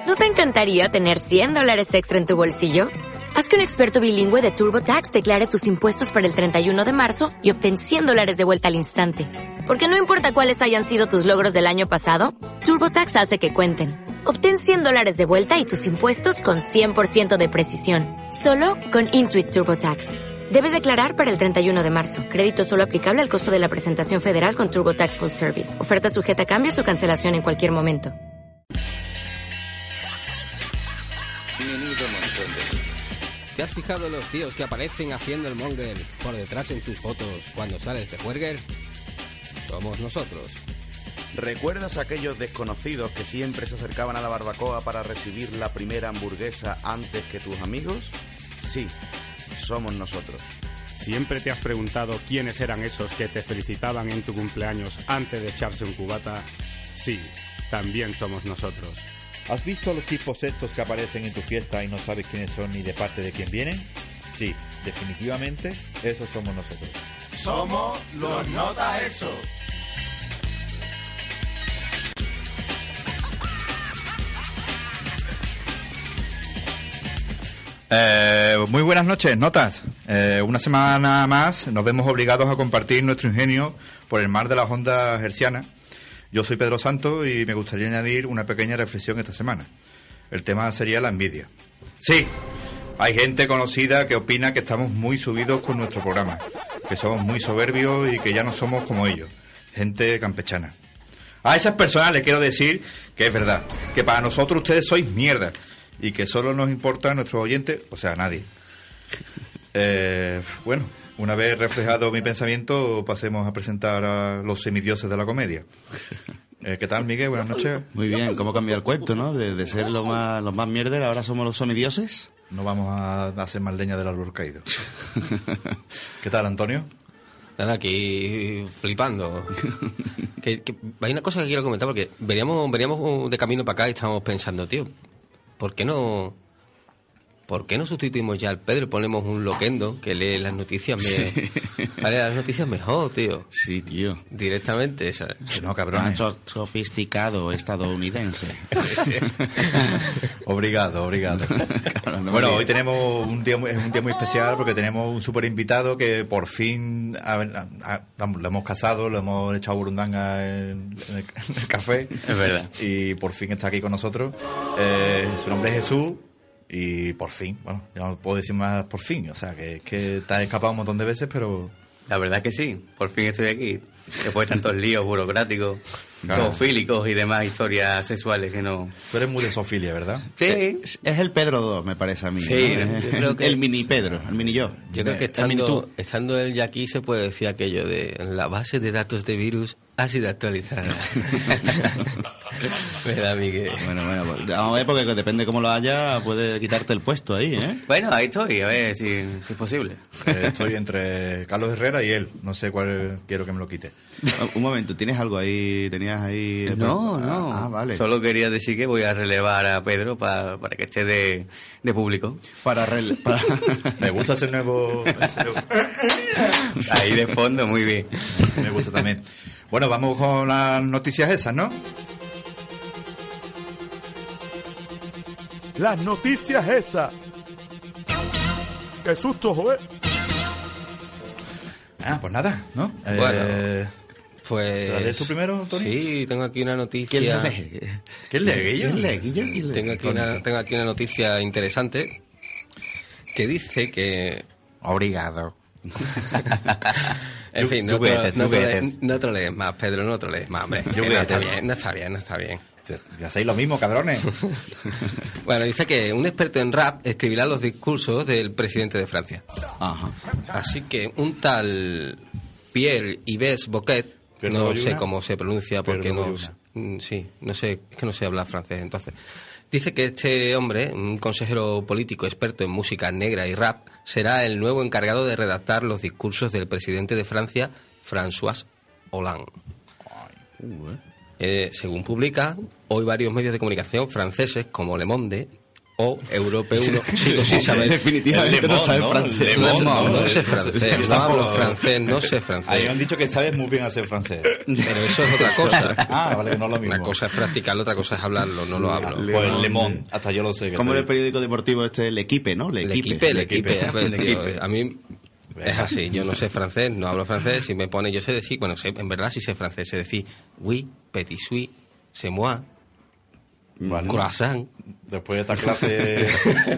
¿No te encantaría tener $100 extra en tu bolsillo? Haz que un experto bilingüe de TurboTax declare tus impuestos para el 31 de marzo y obtén $100 de vuelta al instante. Porque no importa cuáles hayan sido tus logros del año pasado, TurboTax hace que cuenten. Obtén $100 de vuelta y tus impuestos con 100% de precisión. Solo con Intuit TurboTax. Debes declarar para el 31 de marzo. Crédito solo aplicable al costo de la presentación federal con TurboTax Full Service. Oferta sujeta a cambios o cancelación en cualquier momento. Menudo montón de... ¿Te has fijado en los tíos que aparecen haciendo el monger por detrás en tus fotos cuando sales de juerguer? Somos nosotros. ¿Recuerdas aquellos desconocidos que siempre se acercaban a la barbacoa para recibir la primera hamburguesa antes que tus amigos? Sí, somos nosotros. ¿Siempre te has preguntado quiénes eran esos que te felicitaban en tu cumpleaños antes de echarse un cubata? Sí, también somos nosotros. ¿Has visto los tipos estos que aparecen en tu fiesta y no sabes quiénes son ni de parte de quién vienen? Sí, definitivamente, esos somos nosotros. Somos los Nota Eso. Muy buenas noches, Notas. Una semana más nos vemos obligados a compartir nuestro ingenio por el mar de las ondas hercianas. Yo soy Pedro Santos y me gustaría añadir una pequeña reflexión esta semana. El tema sería la envidia. Sí, hay gente conocida que opina que estamos muy subidos con nuestro programa, que somos muy soberbios y que ya no somos como ellos, gente campechana. A esas personas les quiero decir que es verdad, que para nosotros ustedes sois mierda y que solo nos importa nuestros oyentes, o sea, nadie. Bueno, una vez reflejado mi pensamiento, pasemos a presentar a los semidioses de la comedia. ¿Qué tal, Miguel? Buenas noches. Muy bien, ¿cómo cambia el cuento, no? De ser los más mierder, ahora somos los semidioses. No vamos a hacer más leña del árbol caído. ¿Qué tal, Antonio? Nada, aquí flipando. que hay una cosa que quiero comentar, porque veníamos de camino para acá y estábamos pensando, tío, ¿por qué no sustituimos ya al Pedro y ponemos un loquendo que lee las noticias? Vale, las noticias mejor, tío. Sí, tío. Directamente, ¿sabes? Que no, cabrones. Sofisticado estadounidense. Obrigado. Claro, no. Bueno, hoy tenemos un día muy especial porque tenemos un súper invitado que por fin lo hemos casado, lo hemos echado burundanga en el café. Es verdad. Y por fin está aquí con nosotros. Su nombre es Jesús. Y por fin, bueno, ya no puedo decir más por fin, o sea, que te has escapado un montón de veces, pero... La verdad que sí, por fin estoy aquí, después de tantos líos burocráticos, zoofílicos y demás historias sexuales que no... Tú eres muy de zoofilia, ¿verdad? Sí. Es el Pedro 2, me parece a mí. Sí, ¿no? yo creo que... El mini Pedro, el mini yo. Yo creo que estando él ya aquí se puede decir aquello de la base de datos de virus ha sido actualizada. ¿Verdad, Miguel? Bueno, pues, vamos a ver, porque depende cómo lo haya, puede quitarte el puesto ahí, ¿eh? Bueno, ahí estoy, a ver si es posible. Estoy entre Carlos Herrera y él, no sé cuál quiero que me lo quite. Un momento, ¿tienes algo ahí? ¿Tenías ahí...? No. Vale. Solo quería decir que voy a relevar a Pedro para que esté de público. Me gusta ese nuevo... Ahí de fondo, muy bien. Me gusta también. Bueno, vamos con las noticias esas, ¿no? Las noticias esas. Qué susto, joder. Pues nada, ¿no? Bueno, pues... ¿La lees tú primero, Tony? Sí, tengo aquí una noticia... ¿Quién lee, Guillo? Tengo aquí una noticia interesante que dice que... Obrigado. En fin, no te lo lees más, Pedro, no te lo lees más, hombre. No está bien. Ya hacéis lo mismo, cabrones. Bueno, dice que un experto en rap escribirá los discursos del presidente de Francia. Ajá. Así que un tal Pierre-Yves Boquet, no sé cómo se pronuncia porque no sé, es que no sé hablar francés, entonces. Dice que este hombre, un consejero político experto en música negra y rap, será el nuevo encargado de redactar los discursos del presidente de Francia, François Hollande. Según publica, hoy varios medios de comunicación franceses como Le Monde, o europeo, sigo sin saber. Definitivamente no sabe francés. No sé francés, no hablo francés, no sé francés. Ahí me han dicho que sabes muy bien hacer francés. Pero eso es otra cosa. Vale, no es lo mismo. Una cosa es practicarlo, otra cosa es hablarlo, no lo hablo. Pues Le Monde, hasta yo lo sé. Como en el periódico deportivo L'Equipe, ¿no? L'Equipe. A ver, tío, a mí es así, yo no sé francés, no hablo francés, si me pone, yo sé decir, bueno, en verdad sí sé francés, sé decir oui, petit suis, c'est moi, vale. Croissant. Después de esta clase...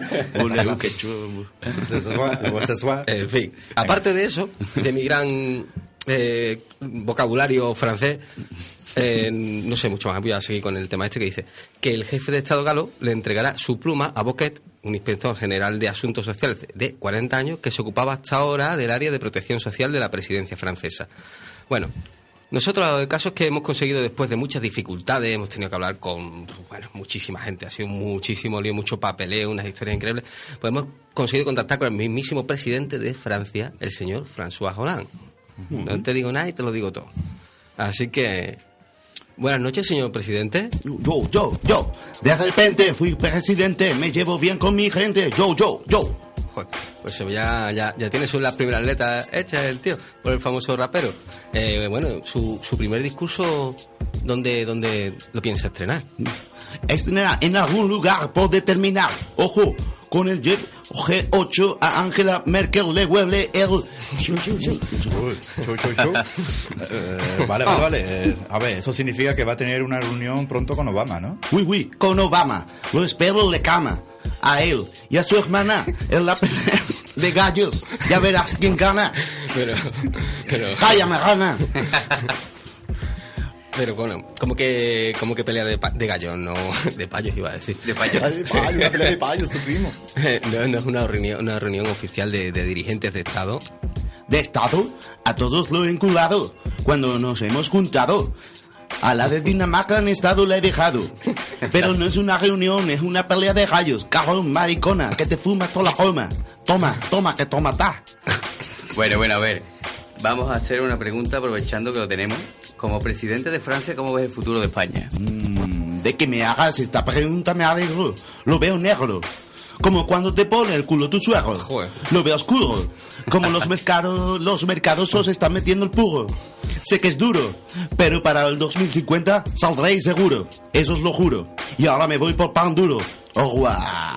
En fin, aparte de eso, de mi gran vocabulario francés, no sé mucho más, voy a seguir con el tema este que dice que el jefe de Estado galo le entregará su pluma a Bouquet, un inspector general de asuntos sociales de 40 años que se ocupaba hasta ahora del área de protección social de la presidencia francesa. Bueno, nosotros el caso es que hemos conseguido, después de muchas dificultades, hemos tenido que hablar con muchísima gente, ha sido muchísimo lío, mucho papeleo, unas historias increíbles, pues hemos conseguido contactar con el mismísimo presidente de Francia, el señor François Hollande. No te digo nada y te lo digo todo. Así que, buenas noches, señor presidente. Yo. De repente fui presidente, me llevo bien con mi gente. Yo. Joder, pues ya tiene las primeras letras hechas el tío, por el famoso rapero. Bueno, su primer discurso, ¿dónde lo piensa estrenar? Estrenar en algún lugar por determinar. Ojo, con el jet G8 a Angela Merkel le huele el... Vale. A ver, eso significa que va a tener una reunión pronto con Obama, ¿no? Oui, con Obama. Lo espero en la cama. A él y a su hermana en la pelea de gallos. Ya verás quién gana. Pero... ¡Cállame, gana! Pero bueno, como que pelea de gallos, no de payos iba a decir. De payos, una pelea de payos, tu primo. No es una reunión oficial de dirigentes de Estado. ¿De Estado? A todos lo he enculado cuando nos hemos juntado. A la de Dinamarca en estado la he dejado. Pero no es una reunión, es una pelea de gallos. Cajón, maricona, que te fumas toda la goma. Toma, que toma ta. Bueno, a ver. Vamos a hacer una pregunta aprovechando que lo tenemos. Como presidente de Francia, ¿cómo ves el futuro de España? De que me hagas esta pregunta me alegro. Lo veo negro. Como cuando te pone el culo tu suegro. Joder. Lo veo oscuro. Como los mercados os están metiendo el puro. Sé que es duro, pero para el 2050 saldréis seguro. Eso os lo juro. Y ahora me voy por pan duro. Au revoir.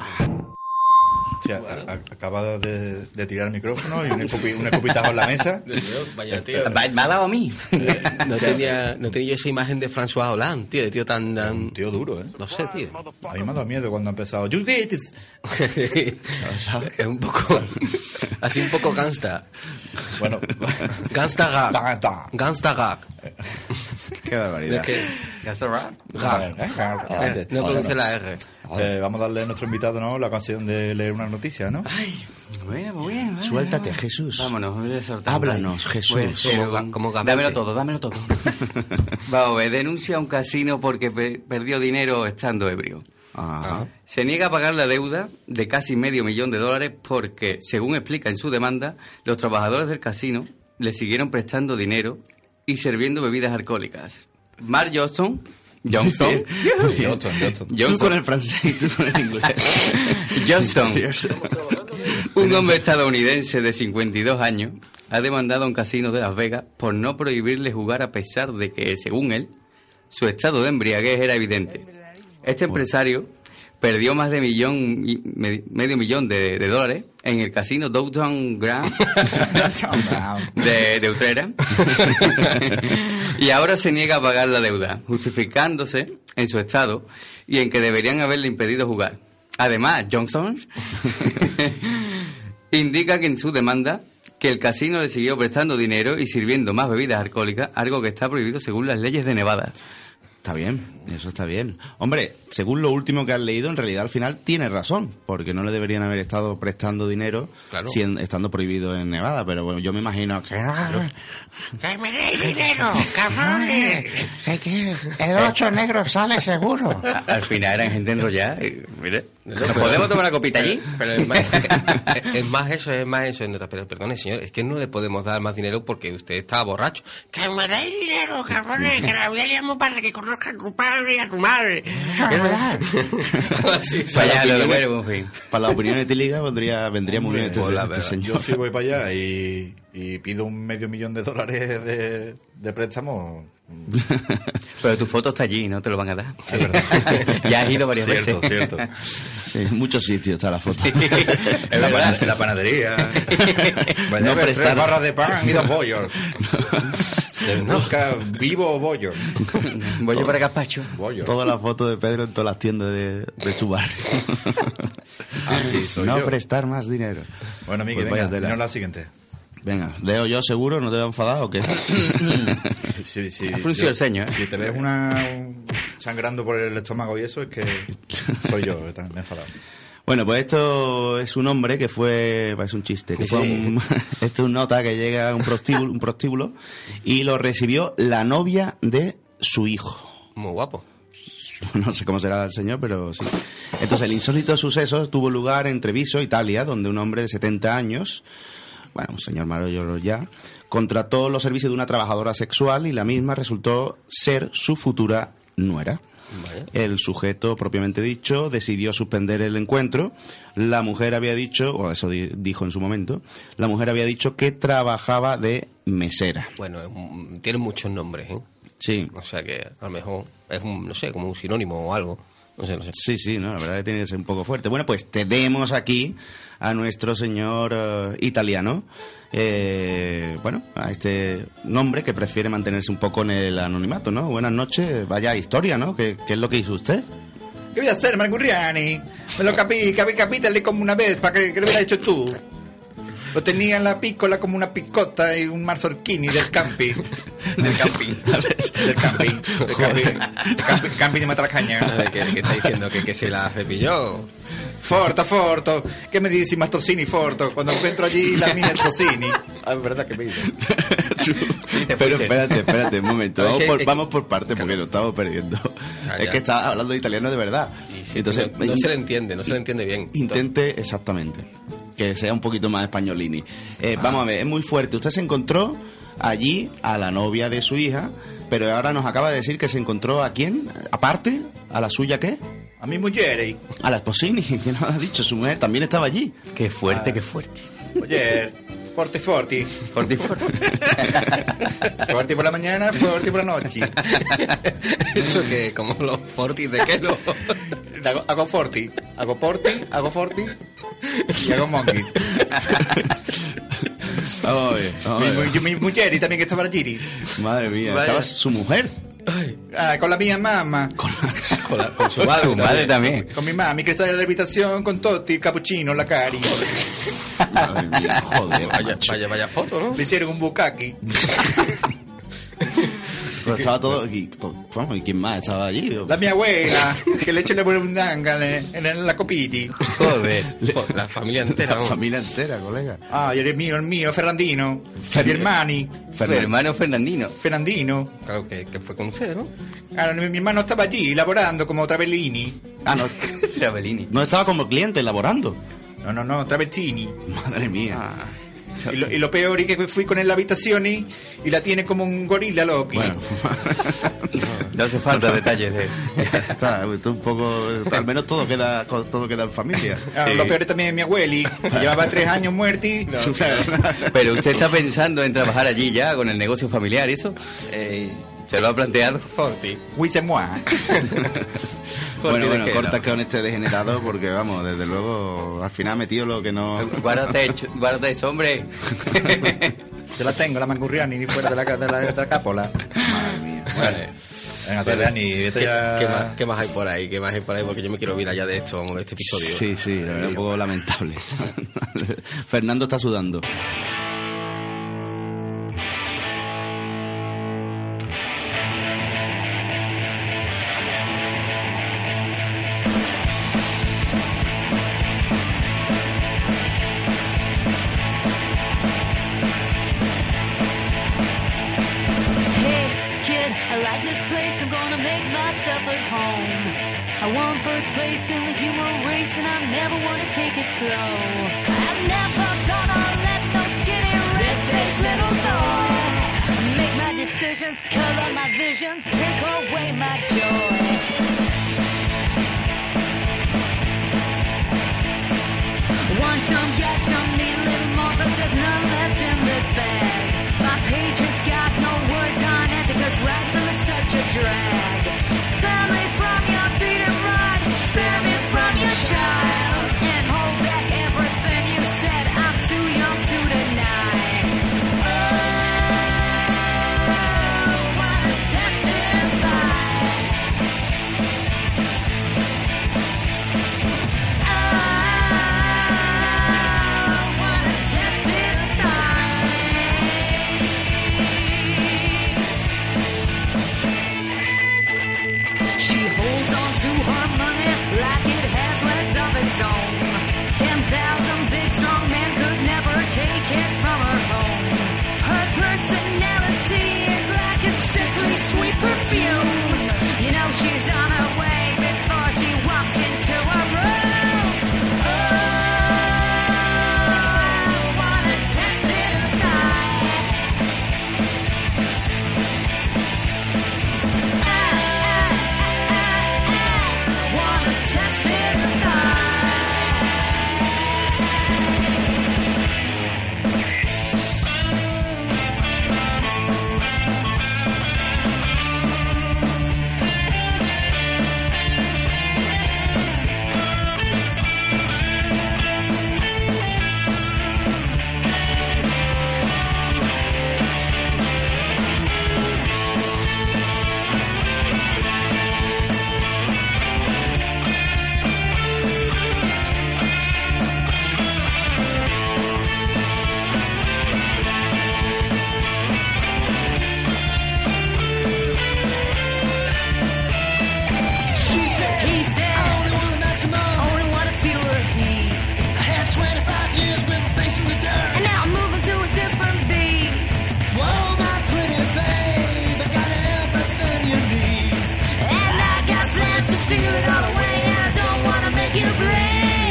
O sea, acaba de tirar el micrófono y un escupitajo en la mesa. Vaya tío. Me ha dado a mí. No tenía yo esa imagen de François Hollande, tío, de tío tan... Un tío duro, ¿eh? No sé, tío. A mí me ha dado miedo cuando ha empezado. Judith. Es un poco... Así un poco gangsta. Bueno. Gangsta gag. Qué barbaridad. No pronuncia la R. Vamos a darle a nuestro invitado, ¿no?, la ocasión de leer una noticia, ¿no? Ay, muy bien. Suéltate, Jesús. Vámonos, háblanos, Jesús. Dámelo todo. Vamos a ver, denuncia a un casino porque perdió dinero estando ebrio. Ajá. Se niega a pagar la deuda de casi $500,000 porque, según explica en su demanda, los trabajadores del casino le siguieron prestando dinero y sirviendo bebidas alcohólicas. Mark Johnston. Tú con el francés y tú con el inglés. Johnston, un hombre estadounidense de 52 años, ha demandado a un casino de Las Vegas por no prohibirle jugar a pesar de que, según él, su estado de embriaguez era evidente. Este empresario perdió más de medio millón de dólares en el casino Downtown Grand de Utrera y ahora se niega a pagar la deuda, justificándose en su estado y en que deberían haberle impedido jugar. Además, Johnson indica que en su demanda que el casino le siguió prestando dinero y sirviendo más bebidas alcohólicas, algo que está prohibido según las leyes de Nevada. Está bien, eso está bien. Hombre, según lo último que has leído, en realidad al final tiene razón, porque no le deberían haber estado prestando dinero, claro, estando prohibido en Nevada, pero bueno, yo me imagino que... ¡Que me deis dinero, cabrones! El 8 negro sale seguro. Al final eran gente enrollada. Mire, ¿nos podemos tomar una copita allí? Pero es más eso. Pero perdone, señor, es que no le podemos dar más dinero porque usted está borracho. Que me deis dinero, cabrones, que la voy a llamar para que conozca a tu padre y a tu madre. Es verdad. Para allá lo devuelvo, en fin. Para la opinión de Tiliga vendría muy bien este señor. Yo sí voy para allá y pido un $500,000 de préstamo. Pero tu foto está allí, no te lo van a dar. Es verdad. Ya has ido varias veces. Cierto. Sí, en muchos sitios está la foto. En la panadería. No prestar 3 barras de pan y 2 bollos. Nunca vivo o bollo. Bollo para gazpacho. Todas las fotos de Pedro en todas las tiendas de su barrio. Así soy no yo. prestar más dinero. Bueno, Miki, Pues venga, vaya tela. dinos la siguiente. Venga, leo yo seguro, ¿no te va a enfadar o qué? Sí. Ha fruncido el ceño, ¿eh? Si te ves sangrando por el estómago y eso, es que soy yo, me he enfadado. Bueno, pues esto es un hombre que fue... Parece un chiste. Que fue esto es un nota que llega a un prostíbulo y lo recibió la novia de su hijo. Muy guapo. No sé cómo será el señor, pero sí. Entonces, el insólito suceso tuvo lugar en Treviso, Italia, donde un hombre de 70 años... Bueno, un señor mayor ya, contrató los servicios de una trabajadora sexual y la misma resultó ser su futura nuera. Vaya. El sujeto, propiamente dicho, decidió suspender el encuentro. La mujer había dicho, o eso dijo en su momento, la mujer había dicho que trabajaba de mesera. Bueno, tiene muchos nombres, ¿eh? Sí. O sea que a lo mejor es como un sinónimo o algo. No sé. Sí, no, la verdad que tiene que ser un poco fuerte. Bueno, pues tenemos aquí a nuestro señor italiano, a este nombre que prefiere mantenerse un poco en el anonimato, ¿no? Buenas noches, vaya historia, ¿no? ¿Qué es lo que hizo usted? ¿Qué voy a hacer, Margurriani? Me lo capítale como una vez, para que lo hubieras hecho tú. Lo tenía en la pícola como una picota y un marzorquini del camping. Del camping de Matracaña. ¿Qué está diciendo? ¿Que se la cepilló? Forto. ¿Qué me dici Mastrosini Forto? Cuando encuentro allí la mía Mastrosini. Ah, es verdad que me dice. Pero espérate un momento. Vamos por partes porque lo estamos perdiendo. Es que está hablando italiano de verdad. Sí, entonces no se le entiende bien. Intente, exactamente, que sea un poquito más españolini. Vamos a ver, es muy fuerte. Usted se encontró allí a la novia de su hija, pero ahora nos acaba de decir que se encontró a quién, aparte, a la suya, ¿qué? A mi mujer. A la Esposini, que nos ha dicho, su mujer también estaba allí. Qué fuerte. Oye, forti. Forti. Forti por la mañana, forti por la noche. Eso que como los fortis de qué no. Hago forti y hago monkey. Vamos a ver. Mi mujer y también que estaba allí. Madre mía, estaba su mujer. Con la mía mamá. Con su madre. Tu madre también. Con mi mami que está en la habitación con Totti, cappuccino, la cari. Madre mía, joder. Vaya foto, ¿no? Le hicieron un bukkake. Pero estaba todo... ¿Y quién más estaba allí? La mi abuela, que le eché la burundanga en la copiti. Joder. La familia entera, La ¿no? familia entera, colega. Ah, y el mío, Ferrandino. Mi hermani, Tu hermano Fernandino. Fernandino. Claro que fue con usted, ¿no? Claro, mi hermano estaba allí laborando como Travellini. Ah, no. Travellini. No estaba como cliente elaborando. No, Travertini. Madre mía. Ah. Y lo peor es que fui con él a la habitación y la tiene como un gorila, Loki. Bueno. No hace falta detalles de... Está un poco... Al menos todo queda en familia. Sí. Lo peor es también mi abueli, que llevaba 3 años muerto. Pero usted está pensando en trabajar allí ya con el negocio familiar y eso. ¿Se lo ha planteado? Forti. Oui, c'est moi. Bueno, de qué, corta no. con este degenerado porque, vamos, desde luego, al final ha metido lo que no... Guárdate eso, hombre. Yo la tengo, la Mangurriani, ni fuera de la cápola. Madre mía. Vale. Venga, Terrani, vete ya... ¿Qué más hay por ahí? Porque yo me quiero olvidar ya de esto, vamos, de este episodio. Sí, la verdad, un poco lamentable. Fernando está sudando. I won first place in the human race, and I never wanna take it slow. I'm never gonna let no skinny red-faced little boy make my decisions, color my visions, take away my joy. Want some, get some, need a little more, but there's none left in this bag. My page has got no words on it because writing them is such a drag. Spare me from your beating rod, spare me from your child, and hold back everything you said. I'm too young to deny. Oh, wanna testify. She holds on to her money like it has legs of its own. 10,000 big strong men could never take it from her home. Her personality is like a sickly sweet perfume. You know she's on her way before she walks into a room. Oh, I wanna testify. Wanna testify. She said, he said, I only want the maximum, only want to feel the heat. I had 25 years with facing the dirt, and now I'm moving to a different beat. Whoa, my pretty babe, I got everything you need, and I got plans to steal it all away, and I don't want to make you bleed.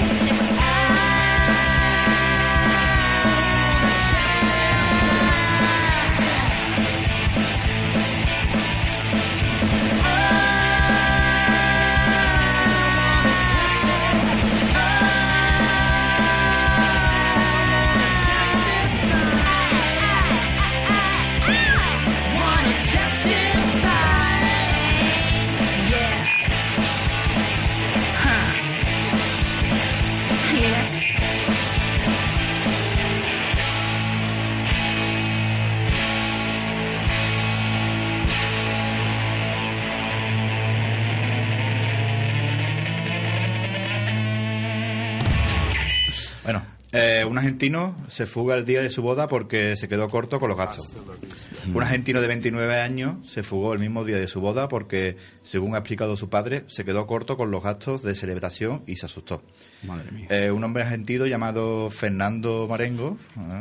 Wanna testify, yeah, huh, yeah. Bueno, un argentino se fuga el día de su boda porque se quedó corto con los gastos. Un argentino de 29 años se fugó el mismo día de su boda porque, según ha explicado su padre, se quedó corto con los gastos de celebración y se asustó. Madre mía. Un hombre argentino llamado Fernando Marengo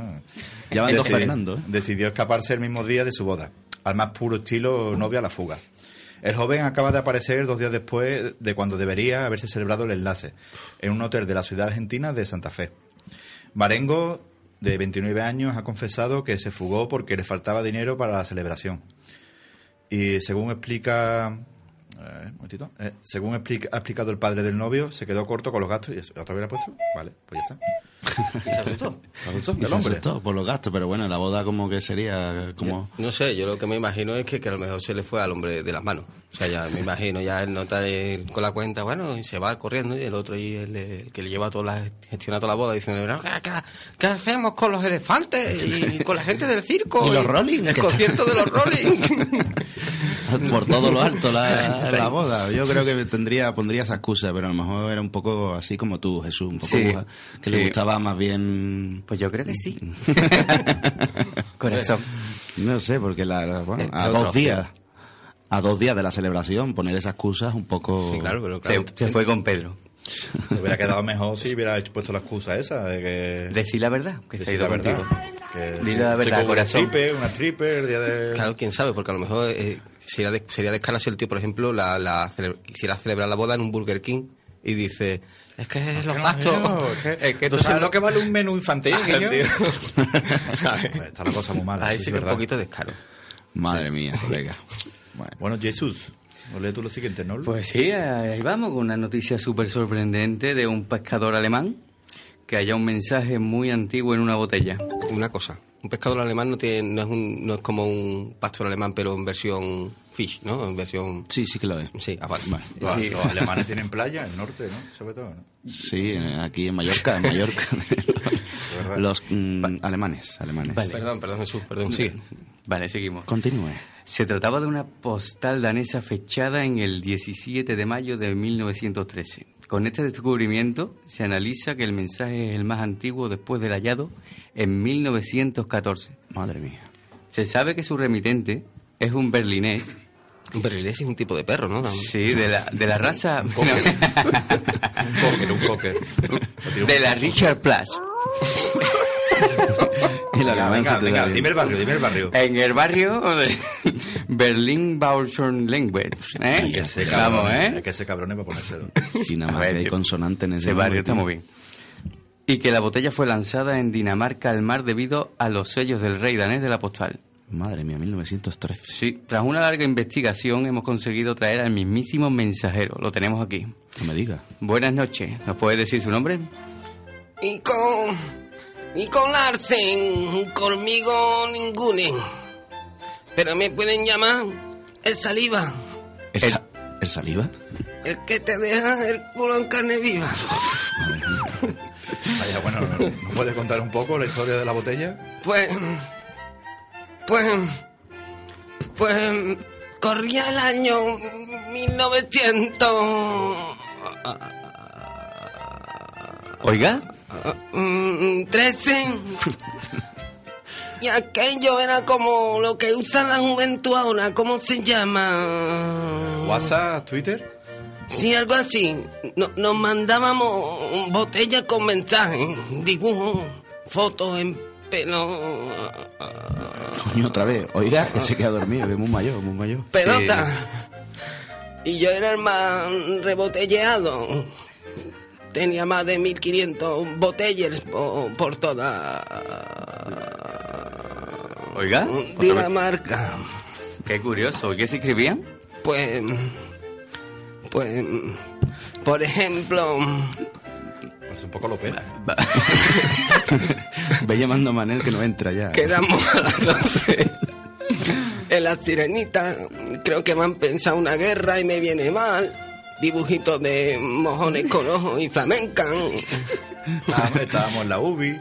decidió escaparse el mismo día de su boda, al más puro estilo novia a la fuga. El joven acaba de aparecer 2 días después de cuando debería haberse celebrado el enlace, en un hotel de la ciudad argentina de Santa Fe. Marengo, de 29 años, ha confesado que se fugó porque le faltaba dinero para la celebración. Y según explica... ha explicado el padre del novio, se quedó corto con los gastos. ¿Y otra vez la ha puesto? Vale, pues ya está. ¿Y se asustó? ¿Se asustó? Y se asustó por los gastos, pero bueno, la boda como que sería como... No sé, yo lo que me imagino es que a lo mejor se le fue al hombre de las manos. O sea, ya me imagino, ya él nota con la cuenta, bueno, y se va corriendo, y el otro y el que le lleva gestiona toda la boda, diciendo, no, ¿qué hacemos con los elefantes? Y con la gente del circo. Y los Rolling. El concierto de los Rolling. Por todo lo alto la boda. Yo creo que pondría esa excusa, pero a lo mejor era un poco así como tú, Jesús, un poco que le gustaba más bien... Pues yo creo que sí. Corazón. No sé, porque a 2 días... A 2 días de la celebración, poner esa excusa es un poco... Sí, claro, pero claro. Se fue con Pedro. Me hubiera quedado mejor si hubiera puesto la excusa esa de que... Decir la verdad, que se ha ido la verdad. contigo. Dile la verdad, corazón. Una stripper, día de... Claro, quién sabe, porque a lo mejor sería descarado si el tío, por ejemplo, quisiera celebrar la boda en un Burger King y dice... Es que los gastos... Es que tú sabes lo que vale un menú infantil, tío. Está la cosa muy mala. Ahí sí que es un poquito descaro. Madre mía, colega. Bueno, Jesús, lee tú lo siguiente, ¿no? Pues sí, ahí vamos con una noticia súper sorprendente de un pescador alemán que halla un mensaje muy antiguo en una botella. Una cosa, un pescador alemán no es como un pastor alemán, pero en versión fish, ¿no? En versión... Sí, sí que lo es. Sí, vale. Sí. Los alemanes tienen playa, el norte, ¿no? Sobre todo, ¿no? Sí, aquí en Mallorca, los alemanes. Vale. Perdón, Jesús, sigue. Vale, seguimos. Continúe. Se trataba de una postal danesa fechada en el 17 de mayo de 1913. Con este descubrimiento se analiza que el mensaje es el más antiguo después del hallado en 1914. Madre mía. Se sabe que su remitente es un berlinés. Un berlinés es un tipo de perro, ¿no? Sí, de la raza... un cocker. De la Richard Platz. Y la venga, dime el barrio. En el barrio de Berlin-Bauschon-Language. Vamos, Es que ese cabrón es para ponérselo. Y nada más hay consonante en ese barrio, está muy bien. Y que la botella fue lanzada en Dinamarca al mar debido a los sellos del rey danés de la postal. Madre mía, 1913. Sí, tras una larga investigación hemos conseguido traer al mismísimo mensajero. Lo tenemos aquí. No me diga. Buenas noches. ¿Nos puede decir su nombre? Nico Larsen, conmigo ninguno. Pero me pueden llamar el saliva. ¿El saliva? El que te deja el culo en carne viva. Vaya, bueno, ¿nos puedes contar un poco la historia de la botella? Pues corría el año 1900. Oiga. 13. Y aquello era como lo que usa la juventud ahora. ¿Cómo se llama? ¿WhatsApp? ¿Twitter? Sí, algo así. Nos mandábamos botellas con mensajes, dibujos, fotos en pelo. Coño, otra vez. Oiga, que se queda dormido, que es muy mayor. Pelota. Sí. Y yo era el más rebotelleado. Tenía más de 1500 botellas por toda... Oiga. Dinamarca. Qué curioso. ¿Qué se escribían? Pues, por ejemplo... Parece un poco López. Ve llamando a Manel que no entra ya. Quedamos a las 12. En la Sirenita, creo que me han pensado una guerra y me viene mal. Dibujitos de mojones con ojos y flamenca. Estábamos en la UBI.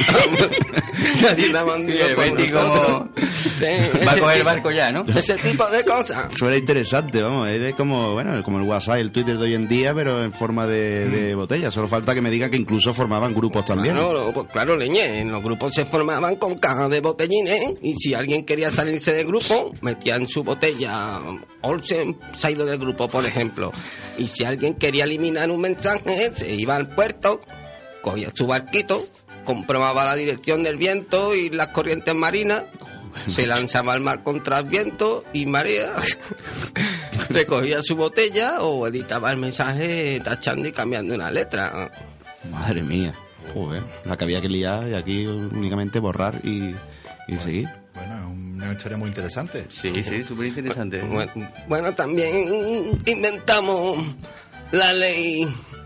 Va a coger el barco ya, ¿no? Ese tipo de cosas. Suena interesante, vamos. Es como el WhatsApp, el Twitter de hoy en día, pero en forma de botella. Solo falta que me diga que incluso formaban grupos también. Claro, leñé. En los grupos se formaban con cajas de botellines. Y si alguien quería salirse del grupo, metían su botella. Olsen se ha ido del grupo, por ejemplo. Y si alguien quería eliminar un mensaje, se iba al puerto, cogía su barquito, comprobaba la dirección del viento y las corrientes marinas, se lanzaba al mar contra el viento y marea, recogía su botella o editaba el mensaje tachando y cambiando una letra. Madre mía, joder, la que había que liar y aquí únicamente borrar y seguir. Bueno, es una historia muy interesante. Sí, súper interesante. Bueno, también inventamos la ley.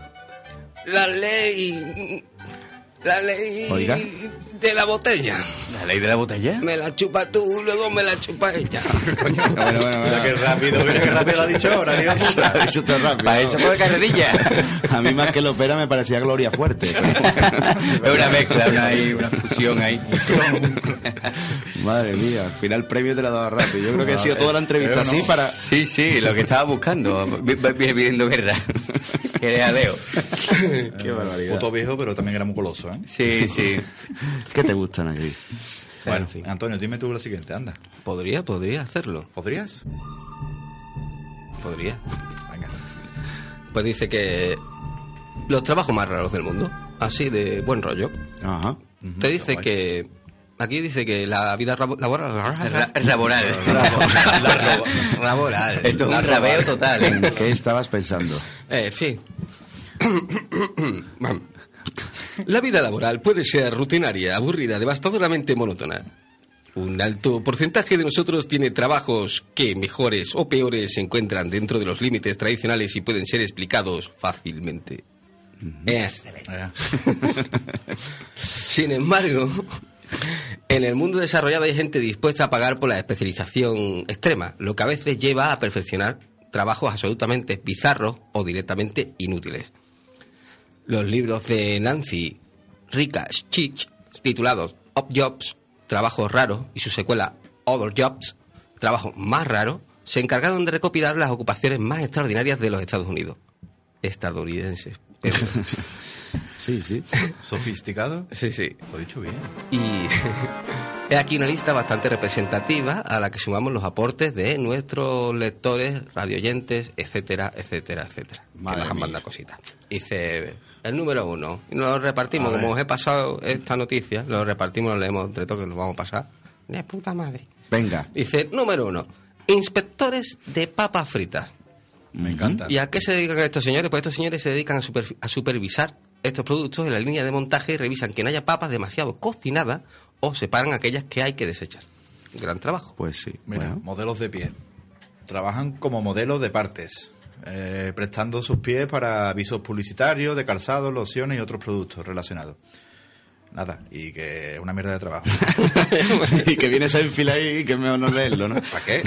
Oiga. De la botella. ¿La ley de la botella? Me la chupa tú, luego me la chupa ella. Bueno. Mira qué rápido lo ha dicho ahora, tío. Ha dicho todo rápido. Para eso fue carrerilla. A mí más que lo opera me parecía Gloria Fuerte. Es una mezcla, una fusión ahí. Madre mía, al final el premio te lo ha dado rápido. Yo creo que ha sido toda la entrevista así para... Sí, lo que estaba buscando. Viene pidiendo guerra. Que adeo. Qué barbaridad. Puto viejo, pero también era muy coloso, ¿eh? Sí. ¿Qué te gustan aquí? Bueno, Antonio, dime tú lo siguiente, anda. Podría hacerlo. ¿Podrías? Podría. Venga. Pues dice que los trabajos más raros del mundo, así de buen rollo. Ajá. Te dice que... Aquí dice que la vida laboral... Laboral. Esto es un rabeo total. ¿En qué estabas pensando? En fin. La vida laboral puede ser rutinaria, aburrida, devastadoramente monótona. Un alto porcentaje de nosotros tiene trabajos que, mejores o peores, se encuentran dentro de los límites tradicionales y pueden ser explicados fácilmente. Excelente. Sin embargo, en el mundo desarrollado hay gente dispuesta a pagar por la especialización extrema, lo que a veces lleva a perfeccionar trabajos absolutamente bizarros o directamente inútiles. Los libros de Nancy Ricach, titulados Odd Jobs, Trabajos Raros, y su secuela Other Jobs, Trabajos Más Raros, se encargaron de recopilar las ocupaciones más extraordinarias de los Estados Unidos. Estadounidenses. Pero... Sí. ¿Sofisticado? Sí. Lo he dicho bien. Y es aquí una lista bastante representativa a la que sumamos los aportes de nuestros lectores, radioyentes, etcétera. Madre que nos han mía. mandado cositas. Dice el número 1. Y nos lo repartimos. Como os he pasado esta noticia, lo repartimos, lo leemos entre todos, que lo vamos a pasar. De puta madre. Venga. Dice, número 1. Inspectores de papas fritas. Me encanta. ¿Y a qué se dedican estos señores? Pues estos señores se dedican a supervisar estos productos en la línea de montaje y revisan que no haya papas demasiado cocinadas o separan aquellas que hay que desechar. Gran trabajo. Pues sí. Mira, Bueno. modelos de pie. Trabajan como modelos de partes, prestando sus pies para avisos publicitarios, de calzados, lociones y otros productos relacionados. Nada, y que es una mierda de trabajo. Y que vienes a enfilar y que es mejor no leerlo, ¿no? ¿Para qué?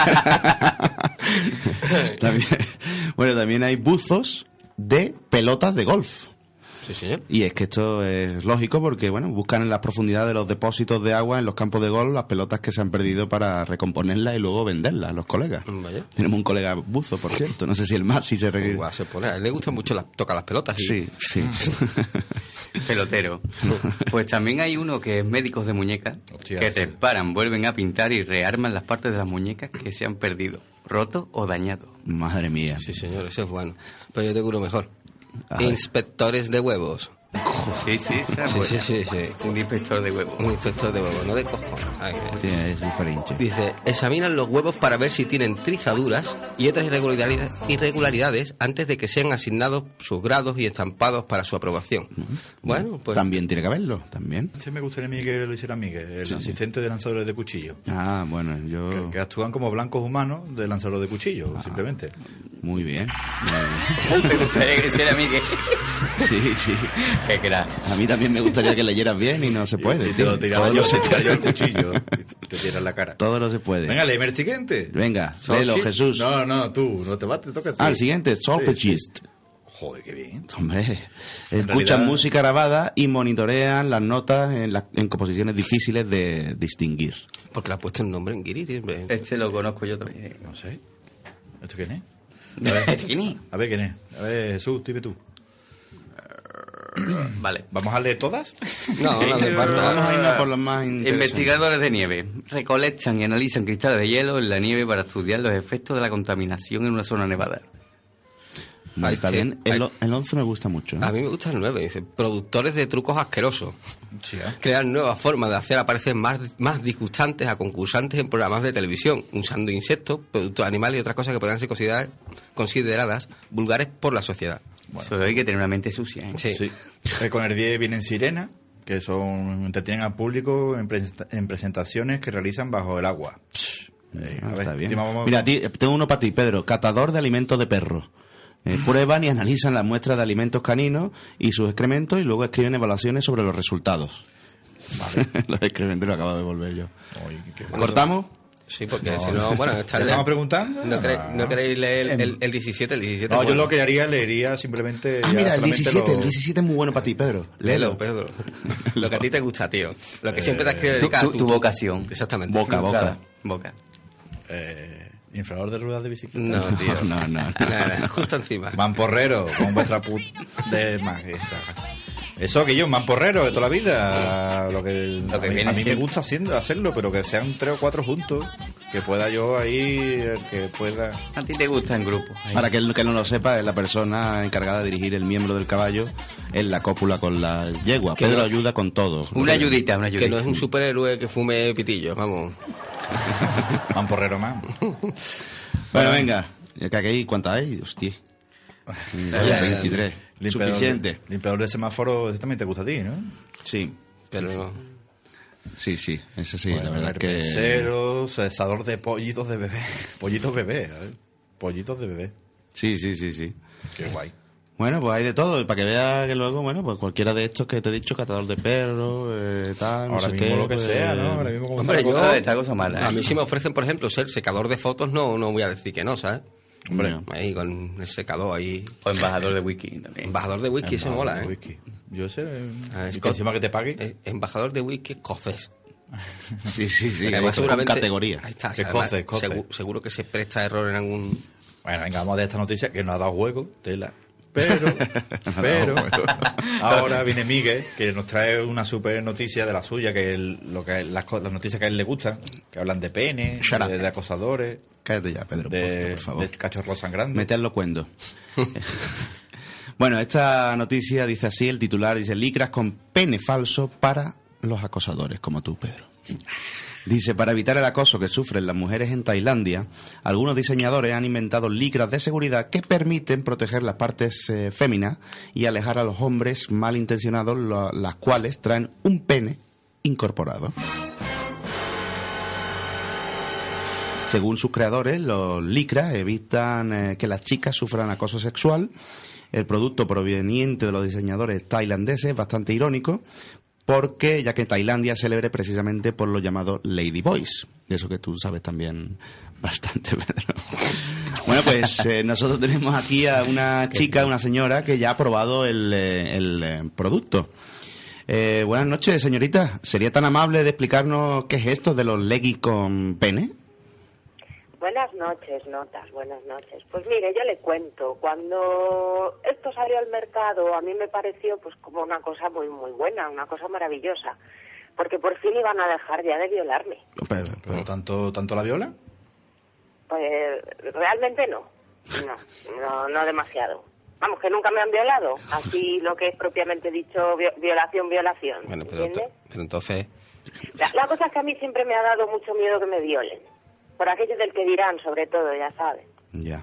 También hay buzos de pelotas de golf. Sí, señor. Y es que esto es lógico porque, bueno, buscan en las profundidades de los depósitos de agua en los campos de golf las pelotas que se han perdido para recomponerlas y luego venderlas a los colegas. Vaya. Tenemos un colega buzo, por cierto. No sé si el más, si se requiere. Igual se pone. A él le gusta mucho tocar las pelotas. Sí. Pelotero. Pues también hay uno que es médicos de muñecas, Hostia, que sí. reparan, vuelven a pintar y rearman las partes de las muñecas que se han perdido, roto o dañado. Madre mía. Sí, señor, eso es bueno. Pero yo te curo mejor. A ver. Inspectores de huevos. Sí, Sí. Un inspector de huevos. Un inspector de huevos, no de cojones. Ay, Sí, es diferente. Dice, examinan los huevos para ver si tienen trizaduras y otras irregularidades antes de que sean asignados sus grados y estampados para su aprobación. Bueno, pues... También tiene que haberlo, también. Sí, me gustaría a mí que lo hiciera Miguel, el asistente de lanzadores de cuchillo. Ah, bueno, yo... Que actúan como blancos humanos de lanzador de cuchillo, simplemente. Muy bien. Me gustaría que hiciera a mí que... Sí. Qué crack. A mí también me gustaría que leyeras bien y no se puede. Y te lo tiraba yo el cuchillo y te tiras la cara. Todo no se puede. Venga, léeme el siguiente. Venga, léelo, Jesús. No, tú, no te vas, te toca a ti. El siguiente, Solfegist. Joder, qué bien. Hombre, escuchan realidad- música grabada y monitorean las notas en composiciones difíciles de distinguir. Porque le ha puesto el nombre en guiri, tío. Este lo conozco yo también. No sé. ¿Esto quién es? ¿Quién es? A ver quién es. A ver, Jesús, dime tú. Vale. ¿Vamos a leer todas? No hace falta. Vamos a irnos por los más interesantes. Investigadores de nieve recolectan y analizan cristales de hielo en la nieve para estudiar los efectos de la contaminación en una zona nevada. Vale, está Sí. bien. El 11 me gusta mucho. A mí me gusta el 9, dice. Productores de trucos asquerosos. Sí, Crean nuevas formas de hacer aparecer más disgustantes a concursantes en programas de televisión, usando insectos, productos animales y otras cosas que podrían ser consideradas vulgares por la sociedad. Eso hay que tener una mente sucia, ¿eh? Sí. Con el 10 vienen sirenas, que entretienen al público en presentaciones que realizan bajo el agua. A ver, Está bien. dime, vamos- Mira, tengo uno para ti, Pedro. Catador de alimentos de perros. Prueban y analizan las muestras de alimentos caninos y sus excrementos y luego escriben evaluaciones sobre los resultados. Los excrementos los acabo de devolver yo. Oye, qué- ¿Cortamos? Sí, porque si no, bueno, está ¿Le estamos preguntando? ¿No queréis leer el 17? El 17 No, es yo bueno. lo que haría, leería simplemente... Ah, ya mira, el solamente 17. lo- El 17 es muy bueno para ti, Pedro. Léelo, Pedro. Lo que a ti te gusta, tío. Lo que siempre te has querido dedicar. Tu vocación. Exactamente. Boca. Boca. Inflador de ruedas de bicicleta. No, tío. No. Nada, justo encima. Mamporrero, con vuestra de majestad. Eso que yo, un mamporrero de toda la vida. Lo que Lo que a mí viene me siendo. gusta hacerlo, pero que sean 3 o 4 juntos. Que pueda yo ahí, el que pueda... A ti te gusta en grupo. Ahí. Para que el que no lo sepa, es la persona encargada de dirigir el miembro del caballo en la cópula con la yegua. Pedro ayuda con todo. Una ayudita. Que no es un superhéroe que fume pitillo, vamos. Mamporrero más. Bueno, venga. Que aquí, ¿cuántas hay? Hostia. 23. Suficiente. Limpiador de semáforo, ese también te gusta a ti, ¿no? Sí. Pero sí, no. Sí, eso sí, Bueno, la verdad es que... Cero, cesador de pollitos de bebé. Pollitos bebé, ¿eh? Pollitos de bebé. Sí. Qué guay. Bueno, pues hay de todo, y para que veas que luego, bueno, pues cualquiera de estos que te he dicho, catador de perros, tal, Ahora no sé mismo qué, lo que pues, sea, ¿no? Ahora mismo como Hombre, esta cosa mala. A mí si me ofrecen, por ejemplo, ser secador de fotos, no voy a decir que no, ¿sabes? Hombre, Ahí con el secador ahí. O embajador de whisky también. Embajador de whisky, se mola, ¿eh? Whisky. Yo sé. Es ¿Y que encima que te pague? Embajador de whisky escocés. sí, Además, con seguramente, categoría. Ahí está. Que Además, coce. seguro que se presta error en algún... Bueno, venga, vamos de esta noticia que nos ha dado juego, tela. Pero, ahora viene Miguel, que nos trae una super noticia de la suya, que las noticias que a él le gustan, que hablan de pene, de acosadores. Cállate ya, Pedro, por favor. De cachorros sangrando. Meterlo cuendo. Bueno, esta noticia dice así, el titular dice: licras con pene falso para los acosadores, como tú, Pedro. Dice, para evitar el acoso que sufren las mujeres en Tailandia, algunos diseñadores han inventado licras de seguridad que permiten proteger las partes féminas y alejar a los hombres malintencionados, las cuales traen un pene incorporado. Según sus creadores, los licras evitan que las chicas sufran acoso sexual. El producto proveniente de los diseñadores tailandeses es bastante irónico, porque ya que Tailandia es célebre precisamente por lo llamado Lady Boys, de eso que tú sabes también bastante, Pedro. Bueno, pues nosotros tenemos aquí a una chica, una señora que ya ha probado el producto. Buenas noches, señorita. ¿Sería tan amable de explicarnos qué es esto de los leggings con pene? Buenas noches, Notas, buenas noches. Pues mire, yo le cuento, cuando esto salió al mercado a mí me pareció pues como una cosa muy muy buena, una cosa maravillosa, porque por fin iban a dejar ya de violarme. ¿Pero tanto la viola? Pues realmente no demasiado. Vamos, que nunca me han violado, así lo que es propiamente dicho violación. Bueno, pero entonces... La cosa es que a mí siempre me ha dado mucho miedo que me violen. Por aquello del que dirán, sobre todo, ya sabes. Ya.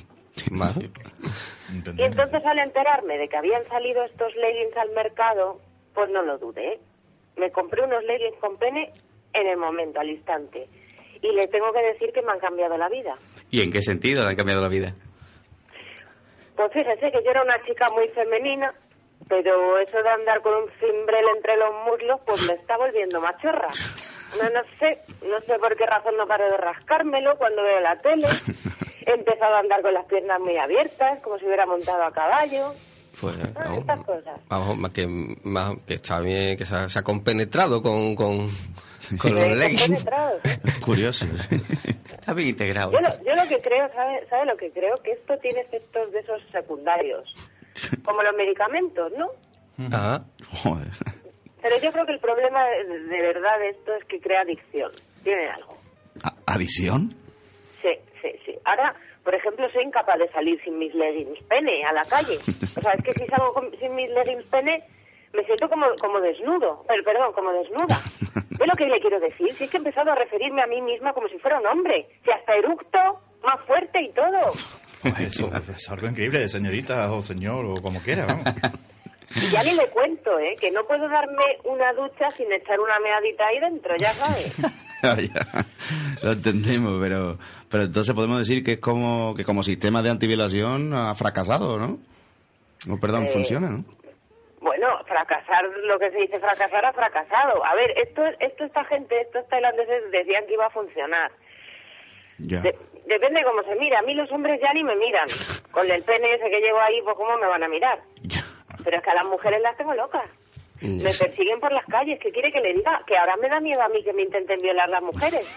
Y entonces al enterarme de que habían salido estos leggings al mercado, pues no lo dudé. Me compré unos leggings con pene en el momento, al instante. Y le tengo que decir que me han cambiado la vida. ¿Y en qué sentido le han cambiado la vida? Pues fíjese que yo era una chica muy femenina, pero eso de andar con un cimbrel entre los muslos, pues me está volviendo machorra. No sé por qué razón no paro de rascármelo cuando veo la tele. He empezado a andar con las piernas muy abiertas, como si hubiera montado a caballo. Pues, estas cosas. Vamos, que está bien, que se ha compenetrado con los leggings. Curioso. Está bien integrado. Yo lo que creo, ¿sabe lo que creo? Que esto tiene efectos de esos secundarios. Como los medicamentos, ¿no? Ajá. Joder. Pero yo creo que el problema de verdad de esto es que crea adicción. Tiene algo. ¿Adicción? Sí. Ahora, por ejemplo, soy incapaz de salir sin mis leggings pene a la calle. O sea, es que si salgo sin mis leggings pene, me siento como desnudo. Como desnuda. ¿Ve lo que le quiero decir? Si es que he empezado a referirme a mí misma como si fuera un hombre. Si hasta eructo, más fuerte y todo. Eso es algo increíble, señorita o señor o como quiera, vamos. Y ya ni le cuento, que no puedo darme una ducha sin echar una meadita ahí dentro, ya sabes. Ya, lo entendemos, pero entonces podemos decir que es como sistema de antiviolación ha fracasado, ¿no? Perdón, funciona, ¿no? Bueno, fracasar, lo que se dice fracasar ha fracasado. A ver, estos tailandeses decían que iba a funcionar. Ya. Depende cómo se mira. A mí los hombres ya ni me miran. Con el pene ese que llevo ahí, pues ¿cómo me van a mirar? Ya. Pero es que a las mujeres las tengo locas. Me persiguen por las calles. ¿Qué quiere que le diga? Que ahora me da miedo a mí que me intenten violar las mujeres.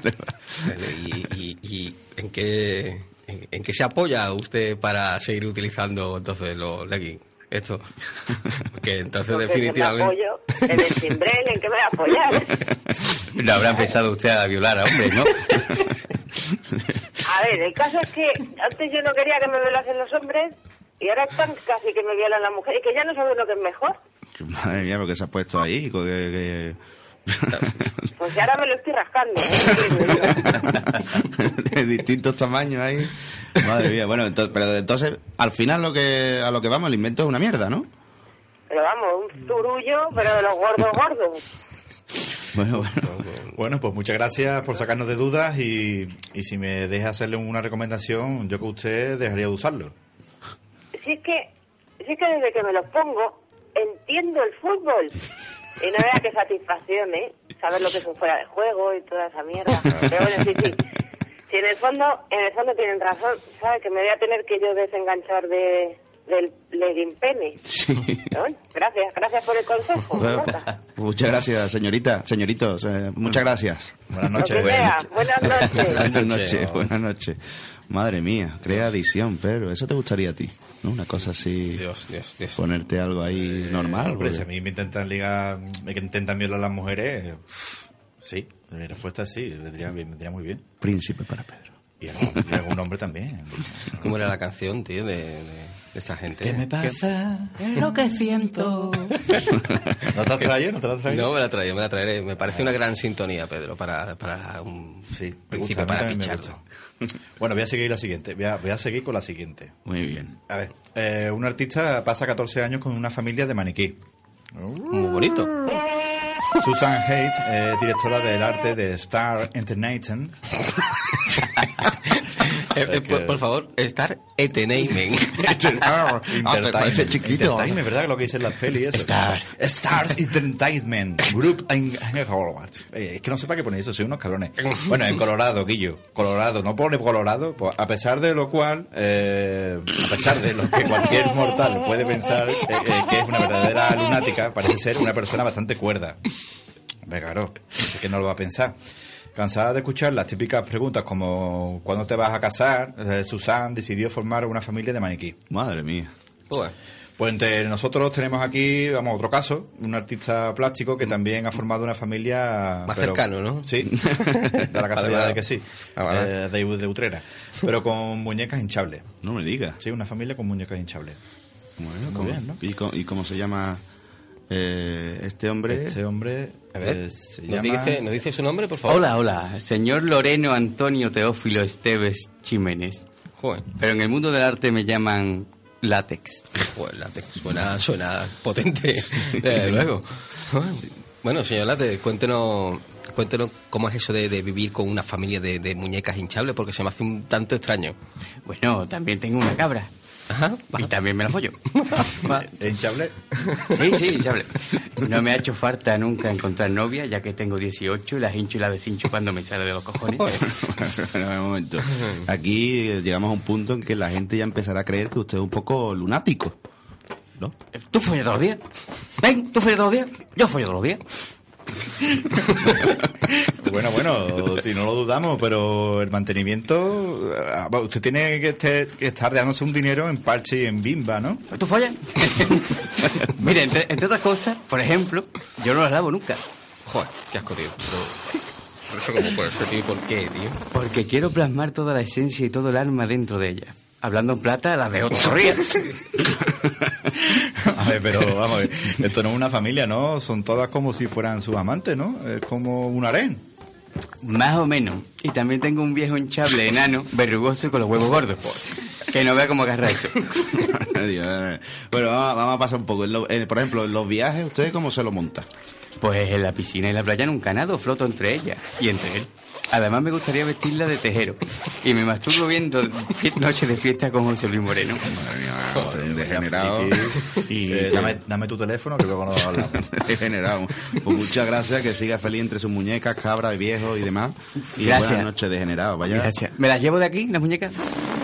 ¿Y en qué se apoya usted para seguir utilizando entonces los leggings? Esto, que entonces porque definitivamente... me apoyo en el cimbrel, ¿en qué me voy a apoyar? No habrá empezado usted a violar a hombres, ¿no? A ver, el caso es que antes yo no quería que me violasen los hombres y ahora están casi que me violan las mujeres y que ya no sabe uno que es mejor. Madre mía, porque se ha puesto ahí. Pues ahora me lo estoy rascando. De distintos tamaños ahí. Madre mía, bueno, pero entonces, al final a lo que vamos, el invento es una mierda, ¿no? Pero vamos, un zurullo, pero de los gordos. Bueno, pues muchas gracias por sacarnos de dudas y si me deja hacerle una recomendación, yo que usted dejaría de usarlo. Si es que desde que me los pongo, entiendo el fútbol. Y no vea qué satisfacción, ¿eh? Saber lo que es un fuera de juego y toda esa mierda. Pero bueno, sí. Si en el fondo tienen razón, ¿sabes? Que me voy a tener que yo desenganchar del legging pene. Sí. Bueno, gracias por el consejo. Bueno, muchas gracias, señoritos, muchas gracias. Buenas noches. Buenas noches. Madre mía, crea adicción, pero eso te gustaría a ti, ¿no? Una cosa así. Dios. Ponerte algo ahí normal. Hombre, si a mí me intentan violar las mujeres, sí, la respuesta es sí, vendría muy bien. Príncipe para Pedro. Y algún hombre también. ¿Cómo era la canción, tío, de esta gente? ¿Qué me pasa? Es lo que siento. ¿No te la has traído? No, me la traeré. Me parece una gran sintonía, Pedro, para un príncipe para picharlo. Bueno, voy a seguir con la siguiente. Muy bien. A ver, un artista pasa 14 años con una familia de maniquí. Muy bonito. Susan Hayes, directora del arte de Star Entertainment. Por favor, Star Entertainment. Parece chiquito. Entertainment, ¿verdad? Lo que dicen las pelis. Stars Entertainment Group en Hollywood. Es que no sé para qué poner eso, soy unos cabrones. Bueno, en Colorado, Guillo. Colorado, no pone Colorado. Pues a pesar de lo cual, a pesar de lo que cualquier mortal puede pensar que es una verdadera lunática, parece ser una persona bastante cuerda. Claro, es que no lo va a pensar. Cansada de escuchar las típicas preguntas como ¿cuándo te vas a casar? Susan decidió formar una familia de maniquí. Madre mía. Pues entre nosotros tenemos aquí, otro caso, un artista plástico que también ha formado una familia... Más cercano, ¿no? Sí, da la casualidad de que sí, de Utrera, pero con muñecas hinchables. No me digas. Sí, una familia con muñecas hinchables. Bueno, muy bien, ¿no? ¿Y cómo se llama este hombre? Este hombre... A ver, ¿nos dice su nombre, por favor? Hola, señor Loreno Antonio Teófilo Esteves Jiménez. Joder. Pero en el mundo del arte me llaman látex. Pues látex, suena potente, desde luego. Bueno, señor Látex, cuéntenos cómo es eso de vivir con una familia de muñecas hinchables, porque se me hace un tanto extraño. Bueno, también tengo una cabra. Ajá. Y también me la follo. ¿Hinchable? Sí, hinchable. No me ha hecho falta nunca encontrar novia, ya que tengo 18 y las hincho y las deshincho cuando me sale de los cojones. Un momento. Aquí llegamos a un punto en que la gente ya empezará a creer que usted es un poco lunático, ¿no? ¿Tú follas todos los días? ¿Ven? ¿Tú follas todos los días? Yo follo todos los días. Bueno, si no lo dudamos, pero el mantenimiento, usted tiene que estar dándose un dinero en parche y en bimba, ¿no? ¿Tú follas? Mire, entre otras cosas, por ejemplo, yo no las lavo nunca. Joder, qué asco, tío. Pero eso cómo puede ser, tío. ¿Por qué, tío? Porque quiero plasmar toda la esencia y todo el alma dentro de ella. Hablando en plata, la dejo chorría. A ver, pero vamos a ver, esto no es una familia, ¿no? Son todas como si fueran sus amantes, ¿no? Es como un harén. Más o menos. Y también tengo un viejo hinchable enano, verrugoso y con los huevos gordos. Que no vea cómo agarra eso. Bueno, vamos a pasar un poco. Por ejemplo, en los viajes, ¿usted cómo se lo monta? Pues en la piscina y la playa nunca nado, floto entre ellas y entre él. Además me gustaría vestirla de tejero. Y me masturbo viendo Noche de Fiesta con José Luis Moreno. Madre mía, degenerado. Dame tu teléfono que luego nos hablamos. Degenerado. Pues muchas gracias, que siga feliz entre sus muñecas, cabras, viejos y demás. Y gracias. Buenas noches, degenerado. Vaya. Gracias. ¿Me las llevo de aquí, las muñecas?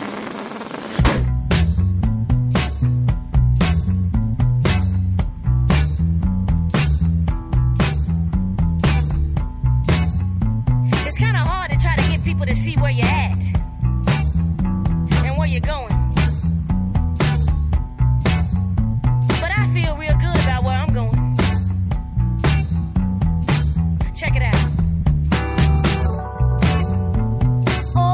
To see where you're at and where you're going. But I feel real good about where I'm going. Check it out.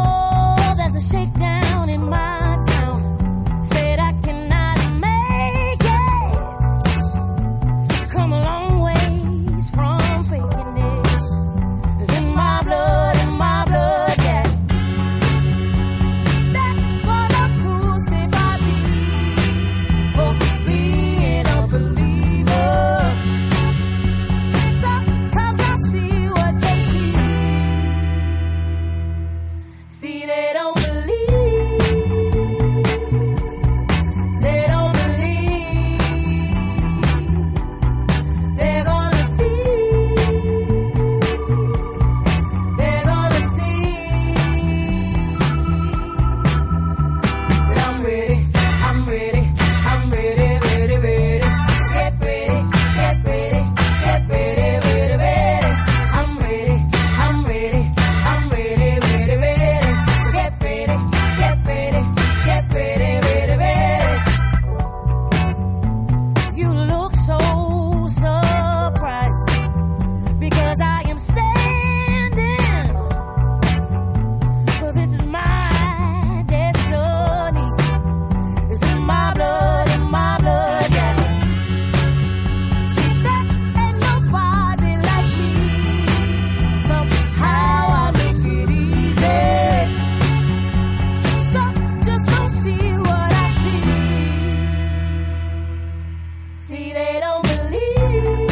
See, they don't believe.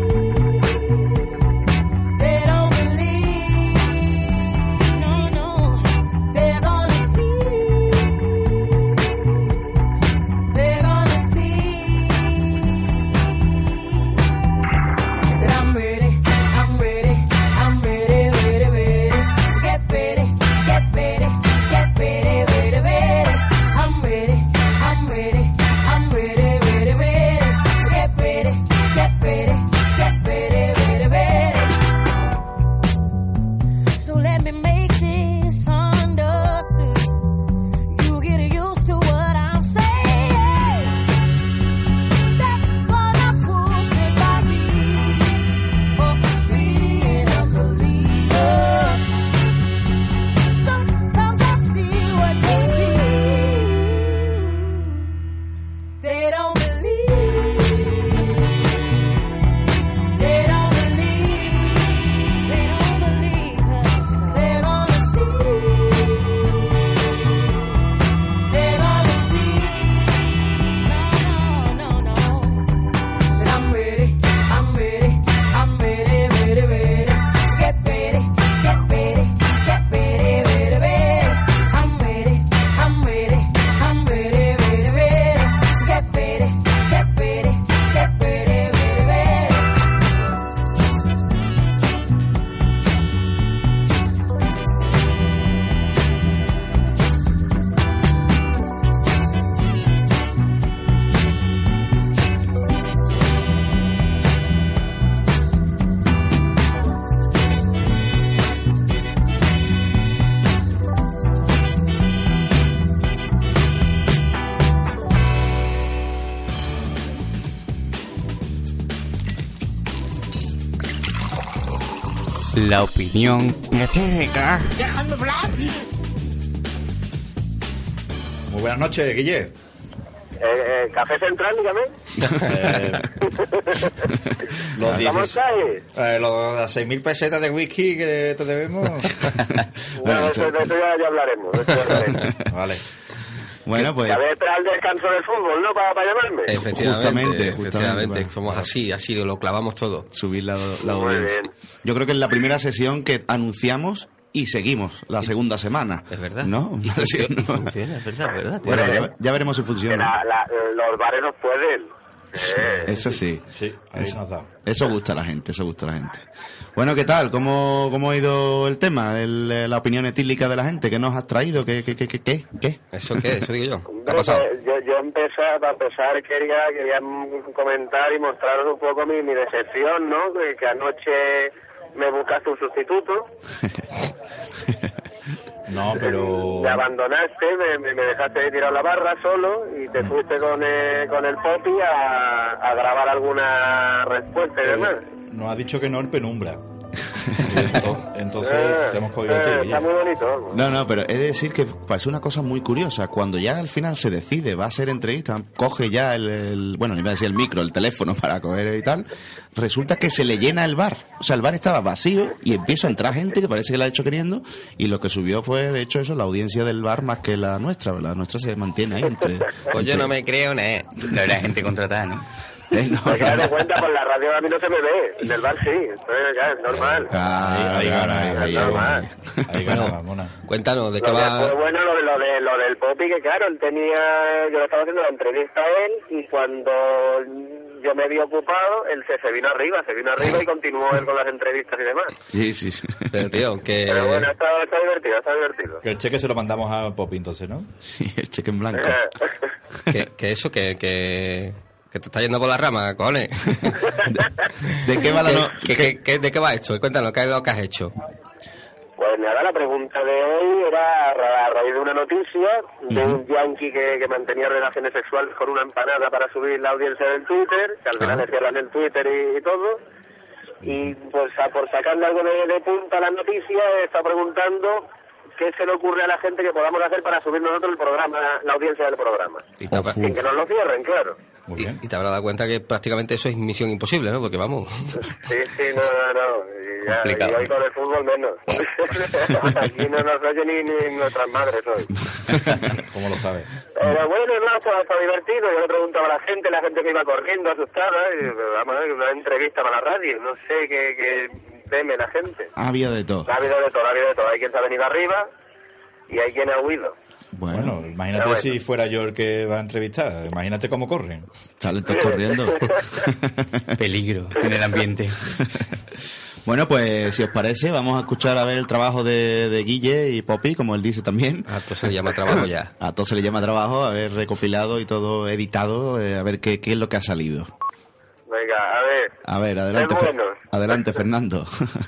They don't believe. No, no. They're gonna see. They're gonna see that I'm ready. I'm ready. I'm ready, ready, ready. So get ready, get ready, get ready, ready, ready. I'm ready. I'm ready. I'm ready, ready, ready. So get ready, get ready, get ready, ready, ready. So let me make this understood. You get used to what I'm saying. That was a proof by me for being a believer. Sometimes I see what they see. They don't believe. They don't believe. They don't believe. They're gonna see. They're gonna see. No, no, no, no. But I'm ready. I'm ready. I'm ready, ready, ready. So get ready. Get ready. Get ready, ready, ready. I'm ready. I'm ready. I'm ready, ready, ready. So get ready. Get ready. Get ready, ready, ready. La opinión platónica. Muy buenas noches, Guille. Café Central, dígame. Los ¿Cómo 16 estáis? las 6.000 pesetas de whisky que te debemos. Bueno, de eso ya hablaremos. de eso ya hablaremos. Vale. Bueno, pues Ya voy a esperar el descanso del fútbol, ¿no? Para llamarme. Justamente, Efectivamente, va. somos así, lo clavamos todo. Subir la Muy audiencia. bien. Yo creo que es la primera sesión que anunciamos y seguimos la segunda semana. Es verdad. ¿No? Y Una sesión, ¿no? funciona, es verdad. Bueno, tío. ya veremos si Que funciona. los bares no pueden. Eso sí. Sí, ahí nos da. Eso gusta a la gente, eso gusta a la gente. Bueno, ¿qué tal? ¿Cómo ha ido el tema? La opinión etílica de la gente. ¿Qué nos has traído? ¿Qué? ¿Eso qué? Eso digo yo. ¿Qué ha Hombre, pasado? Yo para empezar quería comentar y mostraros un poco mi decepción, ¿no? Que anoche me buscaste un sustituto. No, pero... Me abandonaste, me dejaste tirar la barra solo y te fuiste con el Popi a grabar alguna respuesta y demás. Nos ha dicho que no en penumbra. Entonces te hemos cogido a ti, Guille. Está muy bonito. No, pero he de decir que parece una cosa muy curiosa. Cuando ya al final se decide, va a ser entrevista, coge ya bueno, iba a decir el micro, el teléfono para coger y tal, resulta que se le llena el bar. O sea, el bar estaba vacío y empieza a entrar gente que parece que la ha hecho queriendo, y lo que subió fue, de hecho, eso, la audiencia del bar más que la nuestra. La nuestra se mantiene ahí entre... Pues yo no me creo, ¿no? No era gente contratada, ¿no? No, Hay que darme cuenta, por la radio a mí no se me ve, en el bar sí, entonces ya es normal. Ahí gana, Es normal. Ahí gana, mona. Cuéntanos, ¿de qué Lo va? después, bueno, lo del Popi, que claro, yo le estaba haciendo la entrevista a él y cuando yo me vi ocupado, él se vino arriba y continuó él con las entrevistas y demás. Sí. Pero, tío, que... Pero bueno, está divertido. Que el cheque se lo mandamos a Popi entonces, ¿no? Sí, el cheque en blanco. que eso, que te está yendo por la rama, cojones. ¿De qué va la ¿De qué va esto? Cuéntanos, ¿qué es lo que has hecho? Pues nada, la pregunta de hoy era a raíz de una noticia de un yankee que mantenía relaciones sexuales con una empanada para subir la audiencia del Twitter, que al final le cierran el Twitter y todo. Y pues por sacarle algo de punta a la noticia, está preguntando qué se le ocurre a la gente que podamos hacer para subir nosotros el programa, la audiencia del programa. Sin que nos lo cierren, claro. Muy bien. Y te habrás dado cuenta que prácticamente eso es misión imposible, ¿no? Porque vamos... Sí, no. complicado. Y hoy con el fútbol menos. Aquí no nos oye ni nuestras madres hoy. ¿Cómo lo sabes? Pero bueno, no, está divertido. Yo le preguntaba a la gente que iba corriendo asustada, y vamos a ver, una entrevista para la radio. No sé qué teme la gente. Ha habido de todo. Ha habido de todo. Hay quien se ha venido arriba y hay quien ha huido. Bueno, imagínate si fuera yo el que va a entrevistar. Imagínate cómo corren. Salen todos corriendo. Peligro en el ambiente. Bueno, pues si os parece, vamos a escuchar a ver el trabajo de Guille y Poppy, como él dice también. A todo se le llama trabajo ya. A todo se le llama trabajo, a ver recopilado y todo editado, a ver qué es lo que ha salido. Venga, a ver. A ver, adelante, adelante Fernando.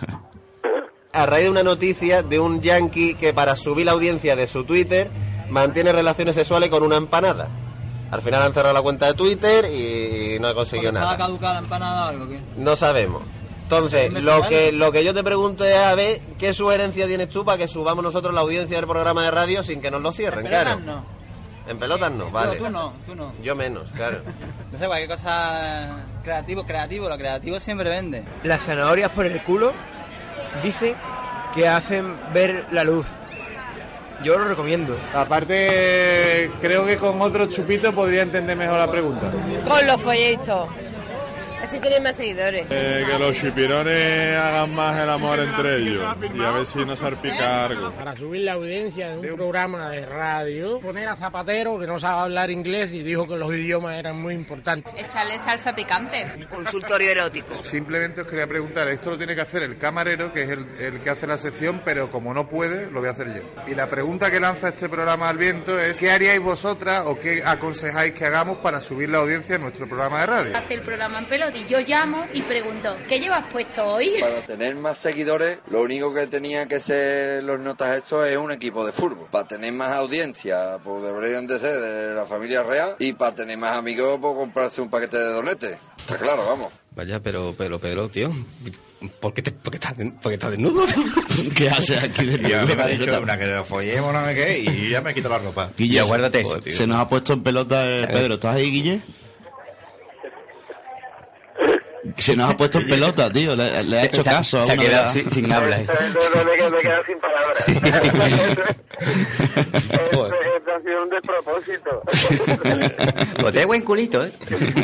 A raíz de una noticia de un yankee que para subir la audiencia de su Twitter mantiene relaciones sexuales con una empanada. Al final han cerrado la cuenta de Twitter y no ha conseguido nada. ¿Estaba caducada la empanada o algo? ¿Qué? No sabemos. Entonces, lo que yo te pregunto es a ver qué sugerencia tienes tú para que subamos nosotros la audiencia del programa de radio sin que nos lo cierren, claro. No. En pelotas no, vale. Tú no. Yo menos, claro. No sé, cualquier cosa creativo, lo creativo siempre vende. Las zanahorias por el culo dicen que hacen ver la luz. Yo lo recomiendo. Aparte, creo que con otro chupito podría entender mejor la pregunta. Con los folletos. Así tienen más seguidores. Que los chipirones hagan más el amor entre ellos y a ver si nos salpica algo. Para subir la audiencia de un programa de radio, poner a Zapatero, que no sabe hablar inglés y dijo que los idiomas eran muy importantes. Echarle salsa picante. Un consultorio erótico. Simplemente os quería preguntar, esto lo tiene que hacer el camarero, que es el que hace la sección, pero como no puede, lo voy a hacer yo. Y la pregunta que lanza este programa al viento es, ¿qué haríais vosotras o qué aconsejáis que hagamos para subir la audiencia en nuestro programa de radio? Hace el programa en pelota y yo llamo y pregunto, ¿qué llevas puesto hoy? Para tener más seguidores, lo único que tenía que ser los notas estos es un equipo de fútbol. Para tener más audiencia, pues deberían de ser de la familia real. Y para tener más amigos, pues comprarse un paquete de donetes. Está claro, vamos. Vaya, pero Pedro, tío, ¿por qué estás desnudo? ¿Qué haces aquí desnudo? Y a mí me ha dicho una que lo follemos, no me qué, y ya me quito la ropa. Guille, aguárdate eso, tío. Se nos ha puesto en pelota Pedro. ¿Estás ahí, Guille? Se nos ha puesto en pelota, tío. Le ha hecho caso. Se ha quedado sin habla. Me he quedado sin palabras. Esto ha sido un despropósito. Pues te buen culito, ¿eh?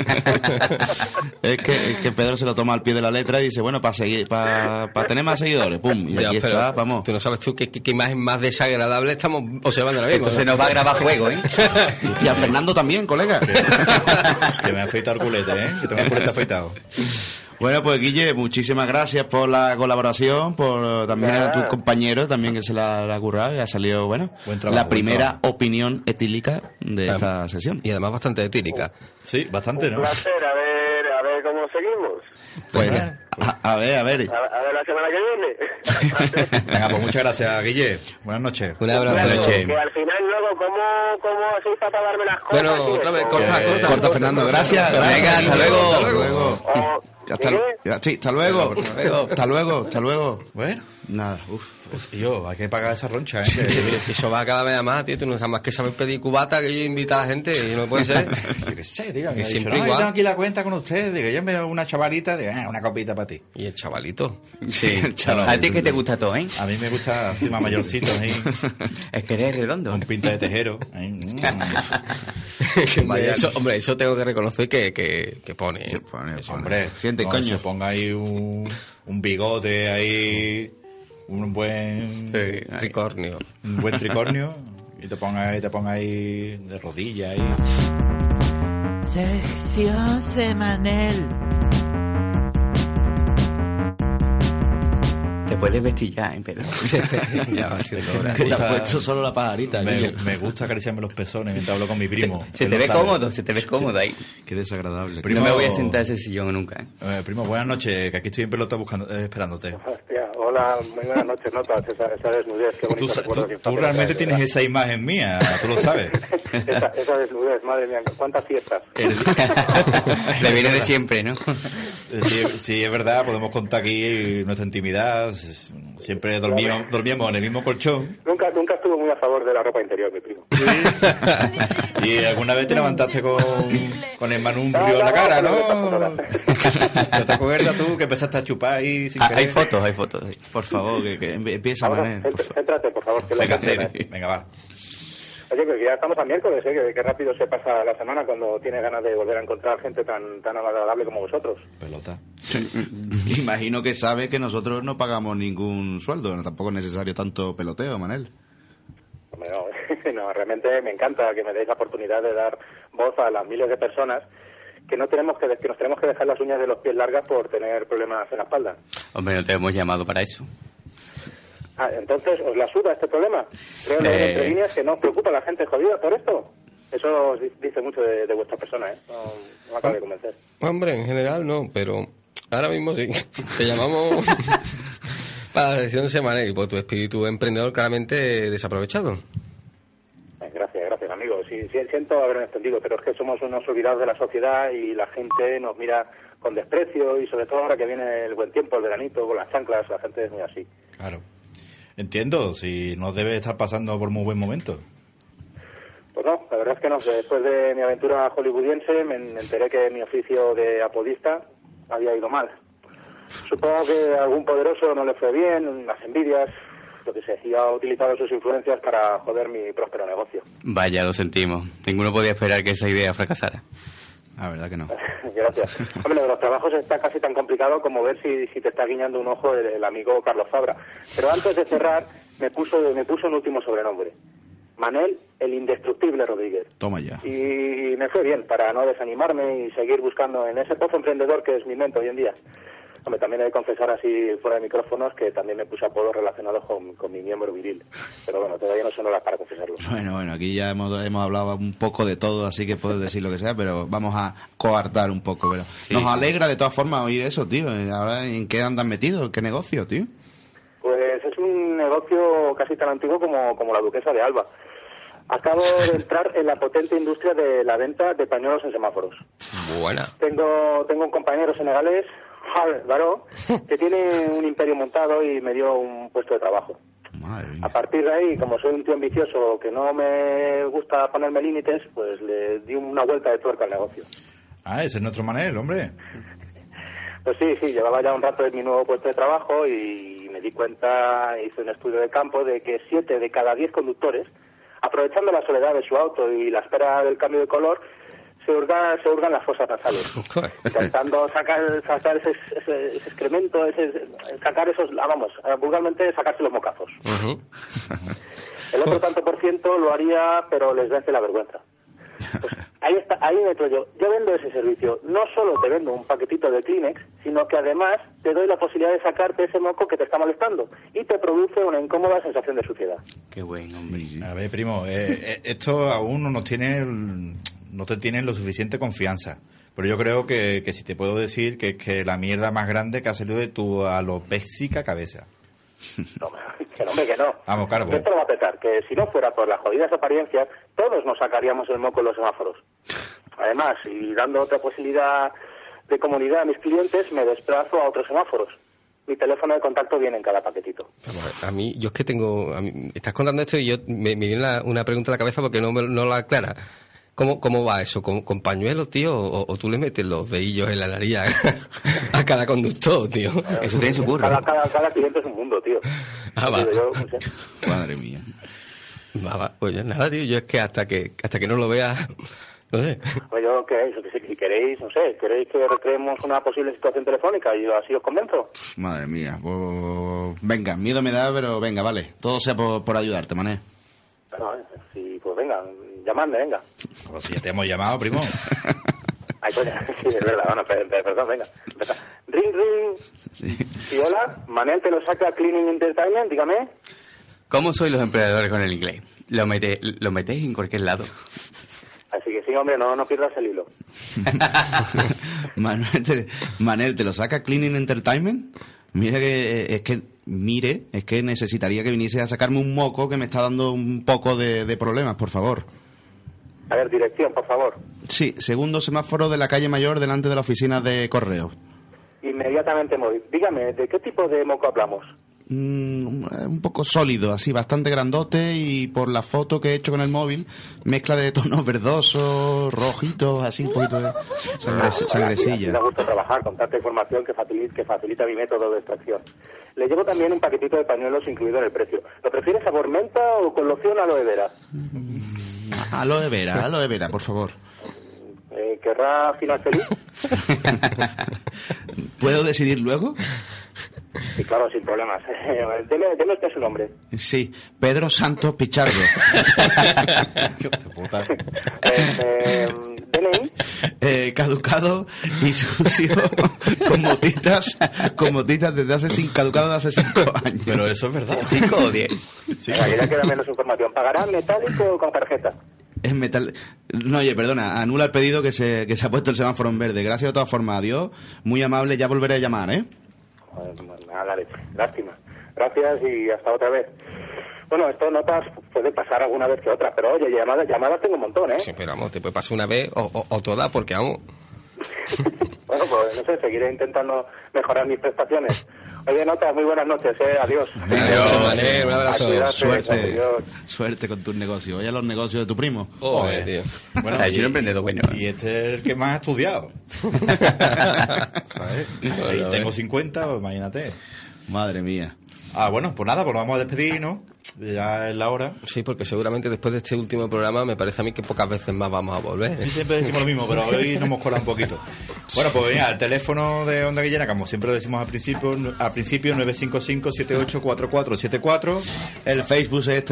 Es que Pedro se lo toma al pie de la letra y dice, bueno, para tener más seguidores, pum, y aquí está, vamos. Tú no sabes tú qué imagen más desagradable estamos observando ahora mismo. Esto se nos va a grabar fuego, ¿eh? Y a Fernando también, colega. Que me ha afeitado el culete, ¿eh? Que tengo el culete afeitado. Bueno, pues Guille, muchísimas gracias por la colaboración, por también a tus compañeros, también que se la ha currado y ha salido, bueno, la primera opinión etílica de esta sesión. Y además bastante etílica. Sí, bastante, ¿no? Un placer, a ver cómo seguimos. Pues, a ver. A ver la semana que viene. Venga, pues muchas gracias, Guille. Buenas noches. Un abrazo. Buenas noches. Que al final luego, ¿cómo hacéis para darme las cosas? Bueno, otra vez, corta, Fernando, gracias. Venga, hasta luego. Hasta luego. Bueno. Nada, Tío, hay que pagar esa roncha, ¿eh? Eso va cada vez a más, tío. Tú no sabes más que saber pedir cubata que yo invito a la gente y no puede ser. Yo qué sé, tío. Que siempre igual. igual. Tengo aquí la cuenta con ustedes. Digo, yo me doy una chavalita, digo, una copita para ti. ¿Y el chavalito? Sí. A ti es que te gusta todo, ¿eh? A mí me gusta así más mayorcito, ¿eh? Es que eres redondo. Con pinta de tejero. Hombre, eso tengo que reconocer que pone. Hombre, siente, coño. coño. Se ponga ahí un bigote ahí, un buen tricornio. Un buen tricornio. Y te ponga ahí de rodillas ahí. Sección semanal. Te puedes vestir ya, Pedro. Ya va siendo hora. Que te has puesto solo la pajarita. Me gusta acariciarme los pezones mientras hablo con mi primo. Se te ve cómodo ahí. Qué desagradable. Primo, no me voy a sentar en ese sillón nunca. Primo, buenas noches, que aquí estoy en pelota esperándote. Hostia, hola, buenas noches, notas, esa desnudez, qué bonito recuerdo. Tú realmente tienes esa imagen mía, tú lo sabes. esa desnudez, madre mía, ¿cuántas fiestas? Le viene de siempre, ¿no? Sí, es verdad, podemos contar aquí nuestra intimidad, Siempre dormíamos en el mismo colchón. Nunca estuvo muy a favor de la ropa interior, mi primo. Y alguna vez te levantaste con el manubrio en la cara, ¿no? ¿No te acuerdas tú que empezaste a chupar ahí sin querer? Hay fotos. Sí. Por favor, que empieza, Manel. Céntrate, por favor. Venga, va. Oye, pues ya estamos a miércoles, ¿eh? Que rápido se pasa la semana cuando tienes ganas de volver a encontrar gente tan agradable como vosotros. Pelota. Imagino que sabe que nosotros no pagamos ningún sueldo, tampoco es necesario tanto peloteo, Manel. Hombre, no, realmente me encanta que me deis la oportunidad de dar voz a las miles de personas que nos tenemos que dejar las uñas de los pies largas por tener problemas en la espalda. Hombre, no te hemos llamado para eso. Entonces, ¿os la suda este problema? Creo que entre líneas que no os preocupa a la gente jodida por esto. Eso dice mucho de vuestra persona, ¿eh? No me acaba de convencer. Hombre, en general no, pero ahora mismo sí. Te llamamos para la sección semanal y por tu espíritu emprendedor claramente desaprovechado. Gracias, amigo. Sí, siento haberme extendido, pero es que somos unos olvidados de la sociedad y la gente nos mira con desprecio y sobre todo ahora que viene el buen tiempo, el veranito, con las chanclas, la gente es muy así. Claro. Entiendo, si no debe estar pasando por muy buen momento. Pues no, la verdad es que no. Después de mi aventura hollywoodiense me enteré que mi oficio de apodista había ido mal. Supongo que a algún poderoso no le fue bien, las envidias, lo que sé, y ha utilizado sus influencias para joder mi próspero negocio. Vaya, lo sentimos. Ninguno podía esperar que esa idea fracasara. La verdad que no. Gracias. Hombre, lo de los trabajos está casi tan complicado como ver si te está guiñando un ojo el amigo Carlos Fabra. Pero antes de cerrar, me puso un último sobrenombre. Manel, el indestructible Rodríguez. Toma ya. Y me fue bien para no desanimarme y seguir buscando en ese pozo emprendedor que es mi mente hoy en día. Hombre, también he de confesar así fuera de micrófonos que también me puse apodos relacionados con mi miembro viril. Pero bueno, todavía no son horas para confesarlo. Bueno, aquí ya hemos hablado un poco de todo, así que puedes decir lo que sea, pero vamos a coartar un poco. Pero sí, nos alegra de todas formas oír eso, tío. Ahora, ¿en qué andas metido? ¿En qué negocio, tío? Pues es un negocio casi tan antiguo como la Duquesa de Alba. Acabo de entrar en la potente industria de la venta de pañuelos en semáforos. Buena. Tengo un compañero senegalés, Baró, que tiene un imperio montado y me dio un puesto de trabajo. Madre mía. A partir de ahí, como soy un tío ambicioso que no me gusta ponerme límites, pues le di una vuelta de tuerca al negocio. Ese es nuestro Manel, hombre. Pues sí, llevaba ya un rato en mi nuevo puesto de trabajo y me di cuenta, hice un estudio de campo, de que 7 de cada 10 conductores, aprovechando la soledad de su auto y la espera del cambio de color, se hurgan las fosas nasales, intentando sacar ese excremento, sacar esos, vulgarmente sacarse los mocazos. El otro tanto por ciento lo haría, pero les vence la vergüenza. Pues ahí entro yo. Yo vendo ese servicio. No solo te vendo un paquetito de Kleenex, sino que además te doy la posibilidad de sacarte ese moco que te está molestando y te produce una incómoda sensación de suciedad. Qué bueno, hombre. A ver, primo, esto aún no te tienen lo suficiente confianza. Pero yo creo que si te puedo decir que es que la mierda más grande que ha salido de tu alopésica cabeza. Que no. Vamos, Carbo. Esto lo va a petar, que si no fuera por las jodidas apariencias, todos nos sacaríamos el moco en los semáforos. Además, y dando otra posibilidad de comunidad a mis clientes, me desplazo a otros semáforos. Mi teléfono de contacto viene en cada paquetito. A mí, yo es que estás contando esto y yo me viene una pregunta a la cabeza porque no la aclara. ¿Cómo va eso? ¿Con pañuelos, tío? ¿O tú le metes los dedillos en la nariz a cada conductor, tío? Eso tiene su curro. Cada cliente es un mundo, tío. Va. Yo, no sé. Madre mía. Va. Oye, nada, tío. Yo es que hasta que no lo vea, no sé. Pues yo, si queréis, no sé, ¿queréis que recreemos una posible situación telefónica y así os convenzo? Madre mía. Pues, venga, miedo me da, pero venga, vale. Todo sea por ayudarte, mané. Bueno, sí, pues venga, llamadme, venga. Pues si ya te hemos llamado, primo. Ay, coño, sí, es verdad, bueno, perdón, venga. Ring, ring. Sí, hola, Manel te lo saca Cleaning Entertainment, dígame. ¿Cómo sois los emprendedores con el inglés? Lo metéis en cualquier lado. Así que sí, hombre, no pierdas el hilo. Manel, ¿te lo saca Cleaning Entertainment? Mira que es que necesitaría que viniese a sacarme un moco que me está dando un poco de problemas, por favor. A ver, dirección, por favor. Sí, segundo semáforo de la calle Mayor, delante de la oficina de correos. Inmediatamente móvil. Dígame, ¿de qué tipo de moco hablamos? un poco sólido, así, bastante grandote, y por la foto que he hecho con el móvil, mezcla de tonos verdosos, rojitos, así un poquito de sangrecilla. Me gusta trabajar con tanta información que facilita mi método de extracción. Le llevo también un paquetito de pañuelos incluido en el precio. ¿Lo prefieres sabor menta o con loción aloe vera? Aloe vera, por favor. ¿Querrá final feliz? ¿Puedo decidir luego? Sí, claro, sin problemas. Deme usted su nombre. Sí, Pedro Santos Pichardo. DNI. Caducado y sucio, con motitas desde hace caducado de hace 5 años. Pero eso es verdad. 5 o 10. Sí, aquí ya queda menos información. ¿Pagará metálico o con tarjeta? Es metal. No, oye, perdona, anula el pedido que se ha puesto el semáforo en verde. Gracias de todas formas, adiós. Muy amable, ya volveré a llamar, ¿eh? Nada, lástima. Gracias y hasta otra vez. Bueno, esto notas puede pasar alguna vez que otra, pero oye, llamadas tengo un montón, ¿eh? Sí, pero vamos, te puede pasar una vez o todas, porque vamos. Bueno, pues no sé, seguiré intentando mejorar mis prestaciones. Oye, Notas, muy buenas noches, adiós. Adiós, Manel, un abrazo. Suerte con tus negocios. Oye, los negocios de tu primo. Joder, tío. Bueno, hay un emprendedor bueno. Y este es el que más ha estudiado. ¿Sabes? Y tengo 50, pues imagínate. Madre mía. Bueno, pues nada, pues nos vamos a despedir, ¿no? Ya es la hora. Sí, porque seguramente después de este último programa me parece a mí que pocas veces más vamos a volver. Sí, siempre decimos lo mismo, pero hoy nos hemos colado un poquito. Bueno, pues venga, el teléfono de Onda Guillena, como siempre lo decimos al principio 955-784474. El Facebook es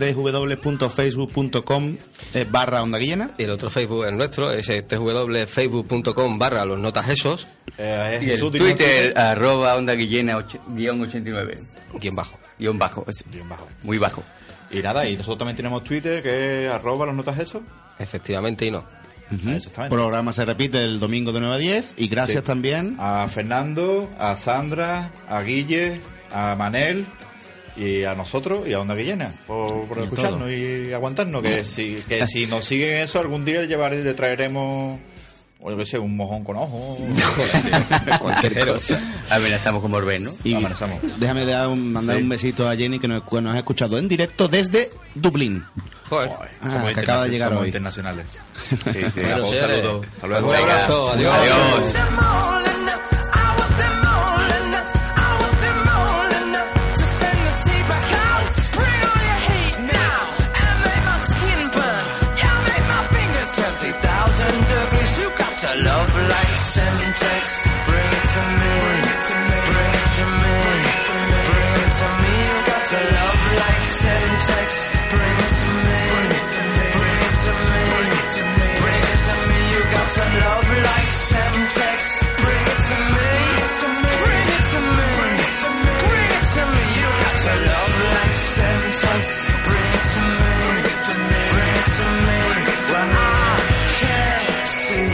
www.facebook.com/Onda Guillena. Y el otro Facebook es nuestro, es www.facebook.com/los notas esos. Y el Twitter, @Onda Guillena _89. Guión bajo. Muy bajo. Y nada, y nosotros también tenemos Twitter, que es @los notas eso. Efectivamente, y no. El programa se repite el domingo de 9 a 10. Y gracias también a Fernando, a Sandra, a Guille, a Manel y a nosotros y a Onda Guillena por escucharnos todo. Y aguantarnos. Que si nos siguen eso, algún día le traeremos, o yo qué sé, un mojón con ojo. Cualquier cosa. Amenazamos con volver, ¿no? Y amenazamos. Déjame mandar un besito a Jenny, que nos ha escuchado en directo desde Dublín. Joder. Que acaba de llegar hoy. Internacionales. Sí. Bueno, saludos. Hasta luego. Un abrazo. Adiós. Love like Semtex, bring it to me, bring it to me, bring it to me, bring it to me. You got to love like Semtex, bring it to me, bring it to me, bring it to me, bring it to me. You got to love like Semtex, bring it to me, bring it to me, bring it to me, bring it to me. You got to love like Semtex, bring it to me, bring it to me, bring it to me. Well, I can't see.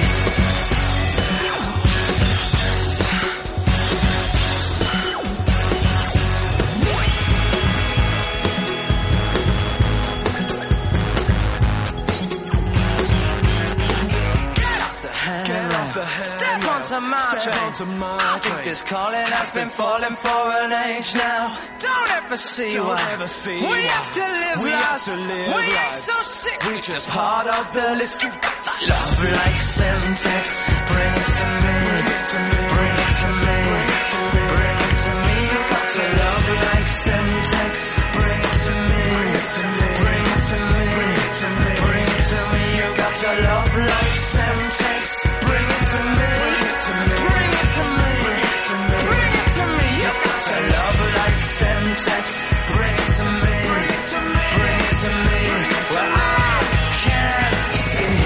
Step onto my train. I think this calling has been falling for an age now. Don't ever see why we have to live lives. We ain't so sick, we just part of the list. You got that love like Semtex. Bring it to me, bring it to me, bring it to me, bring it to me. You got to love like Semtex. Bring it to me, bring it to me, bring it to me, bring it to me. You got to love like Semtex. Bring it to me. Bring it to me, bring it to me. You got to love like Semtex. Bring it to me, bring it to me, bring it to me. Well, I can't see.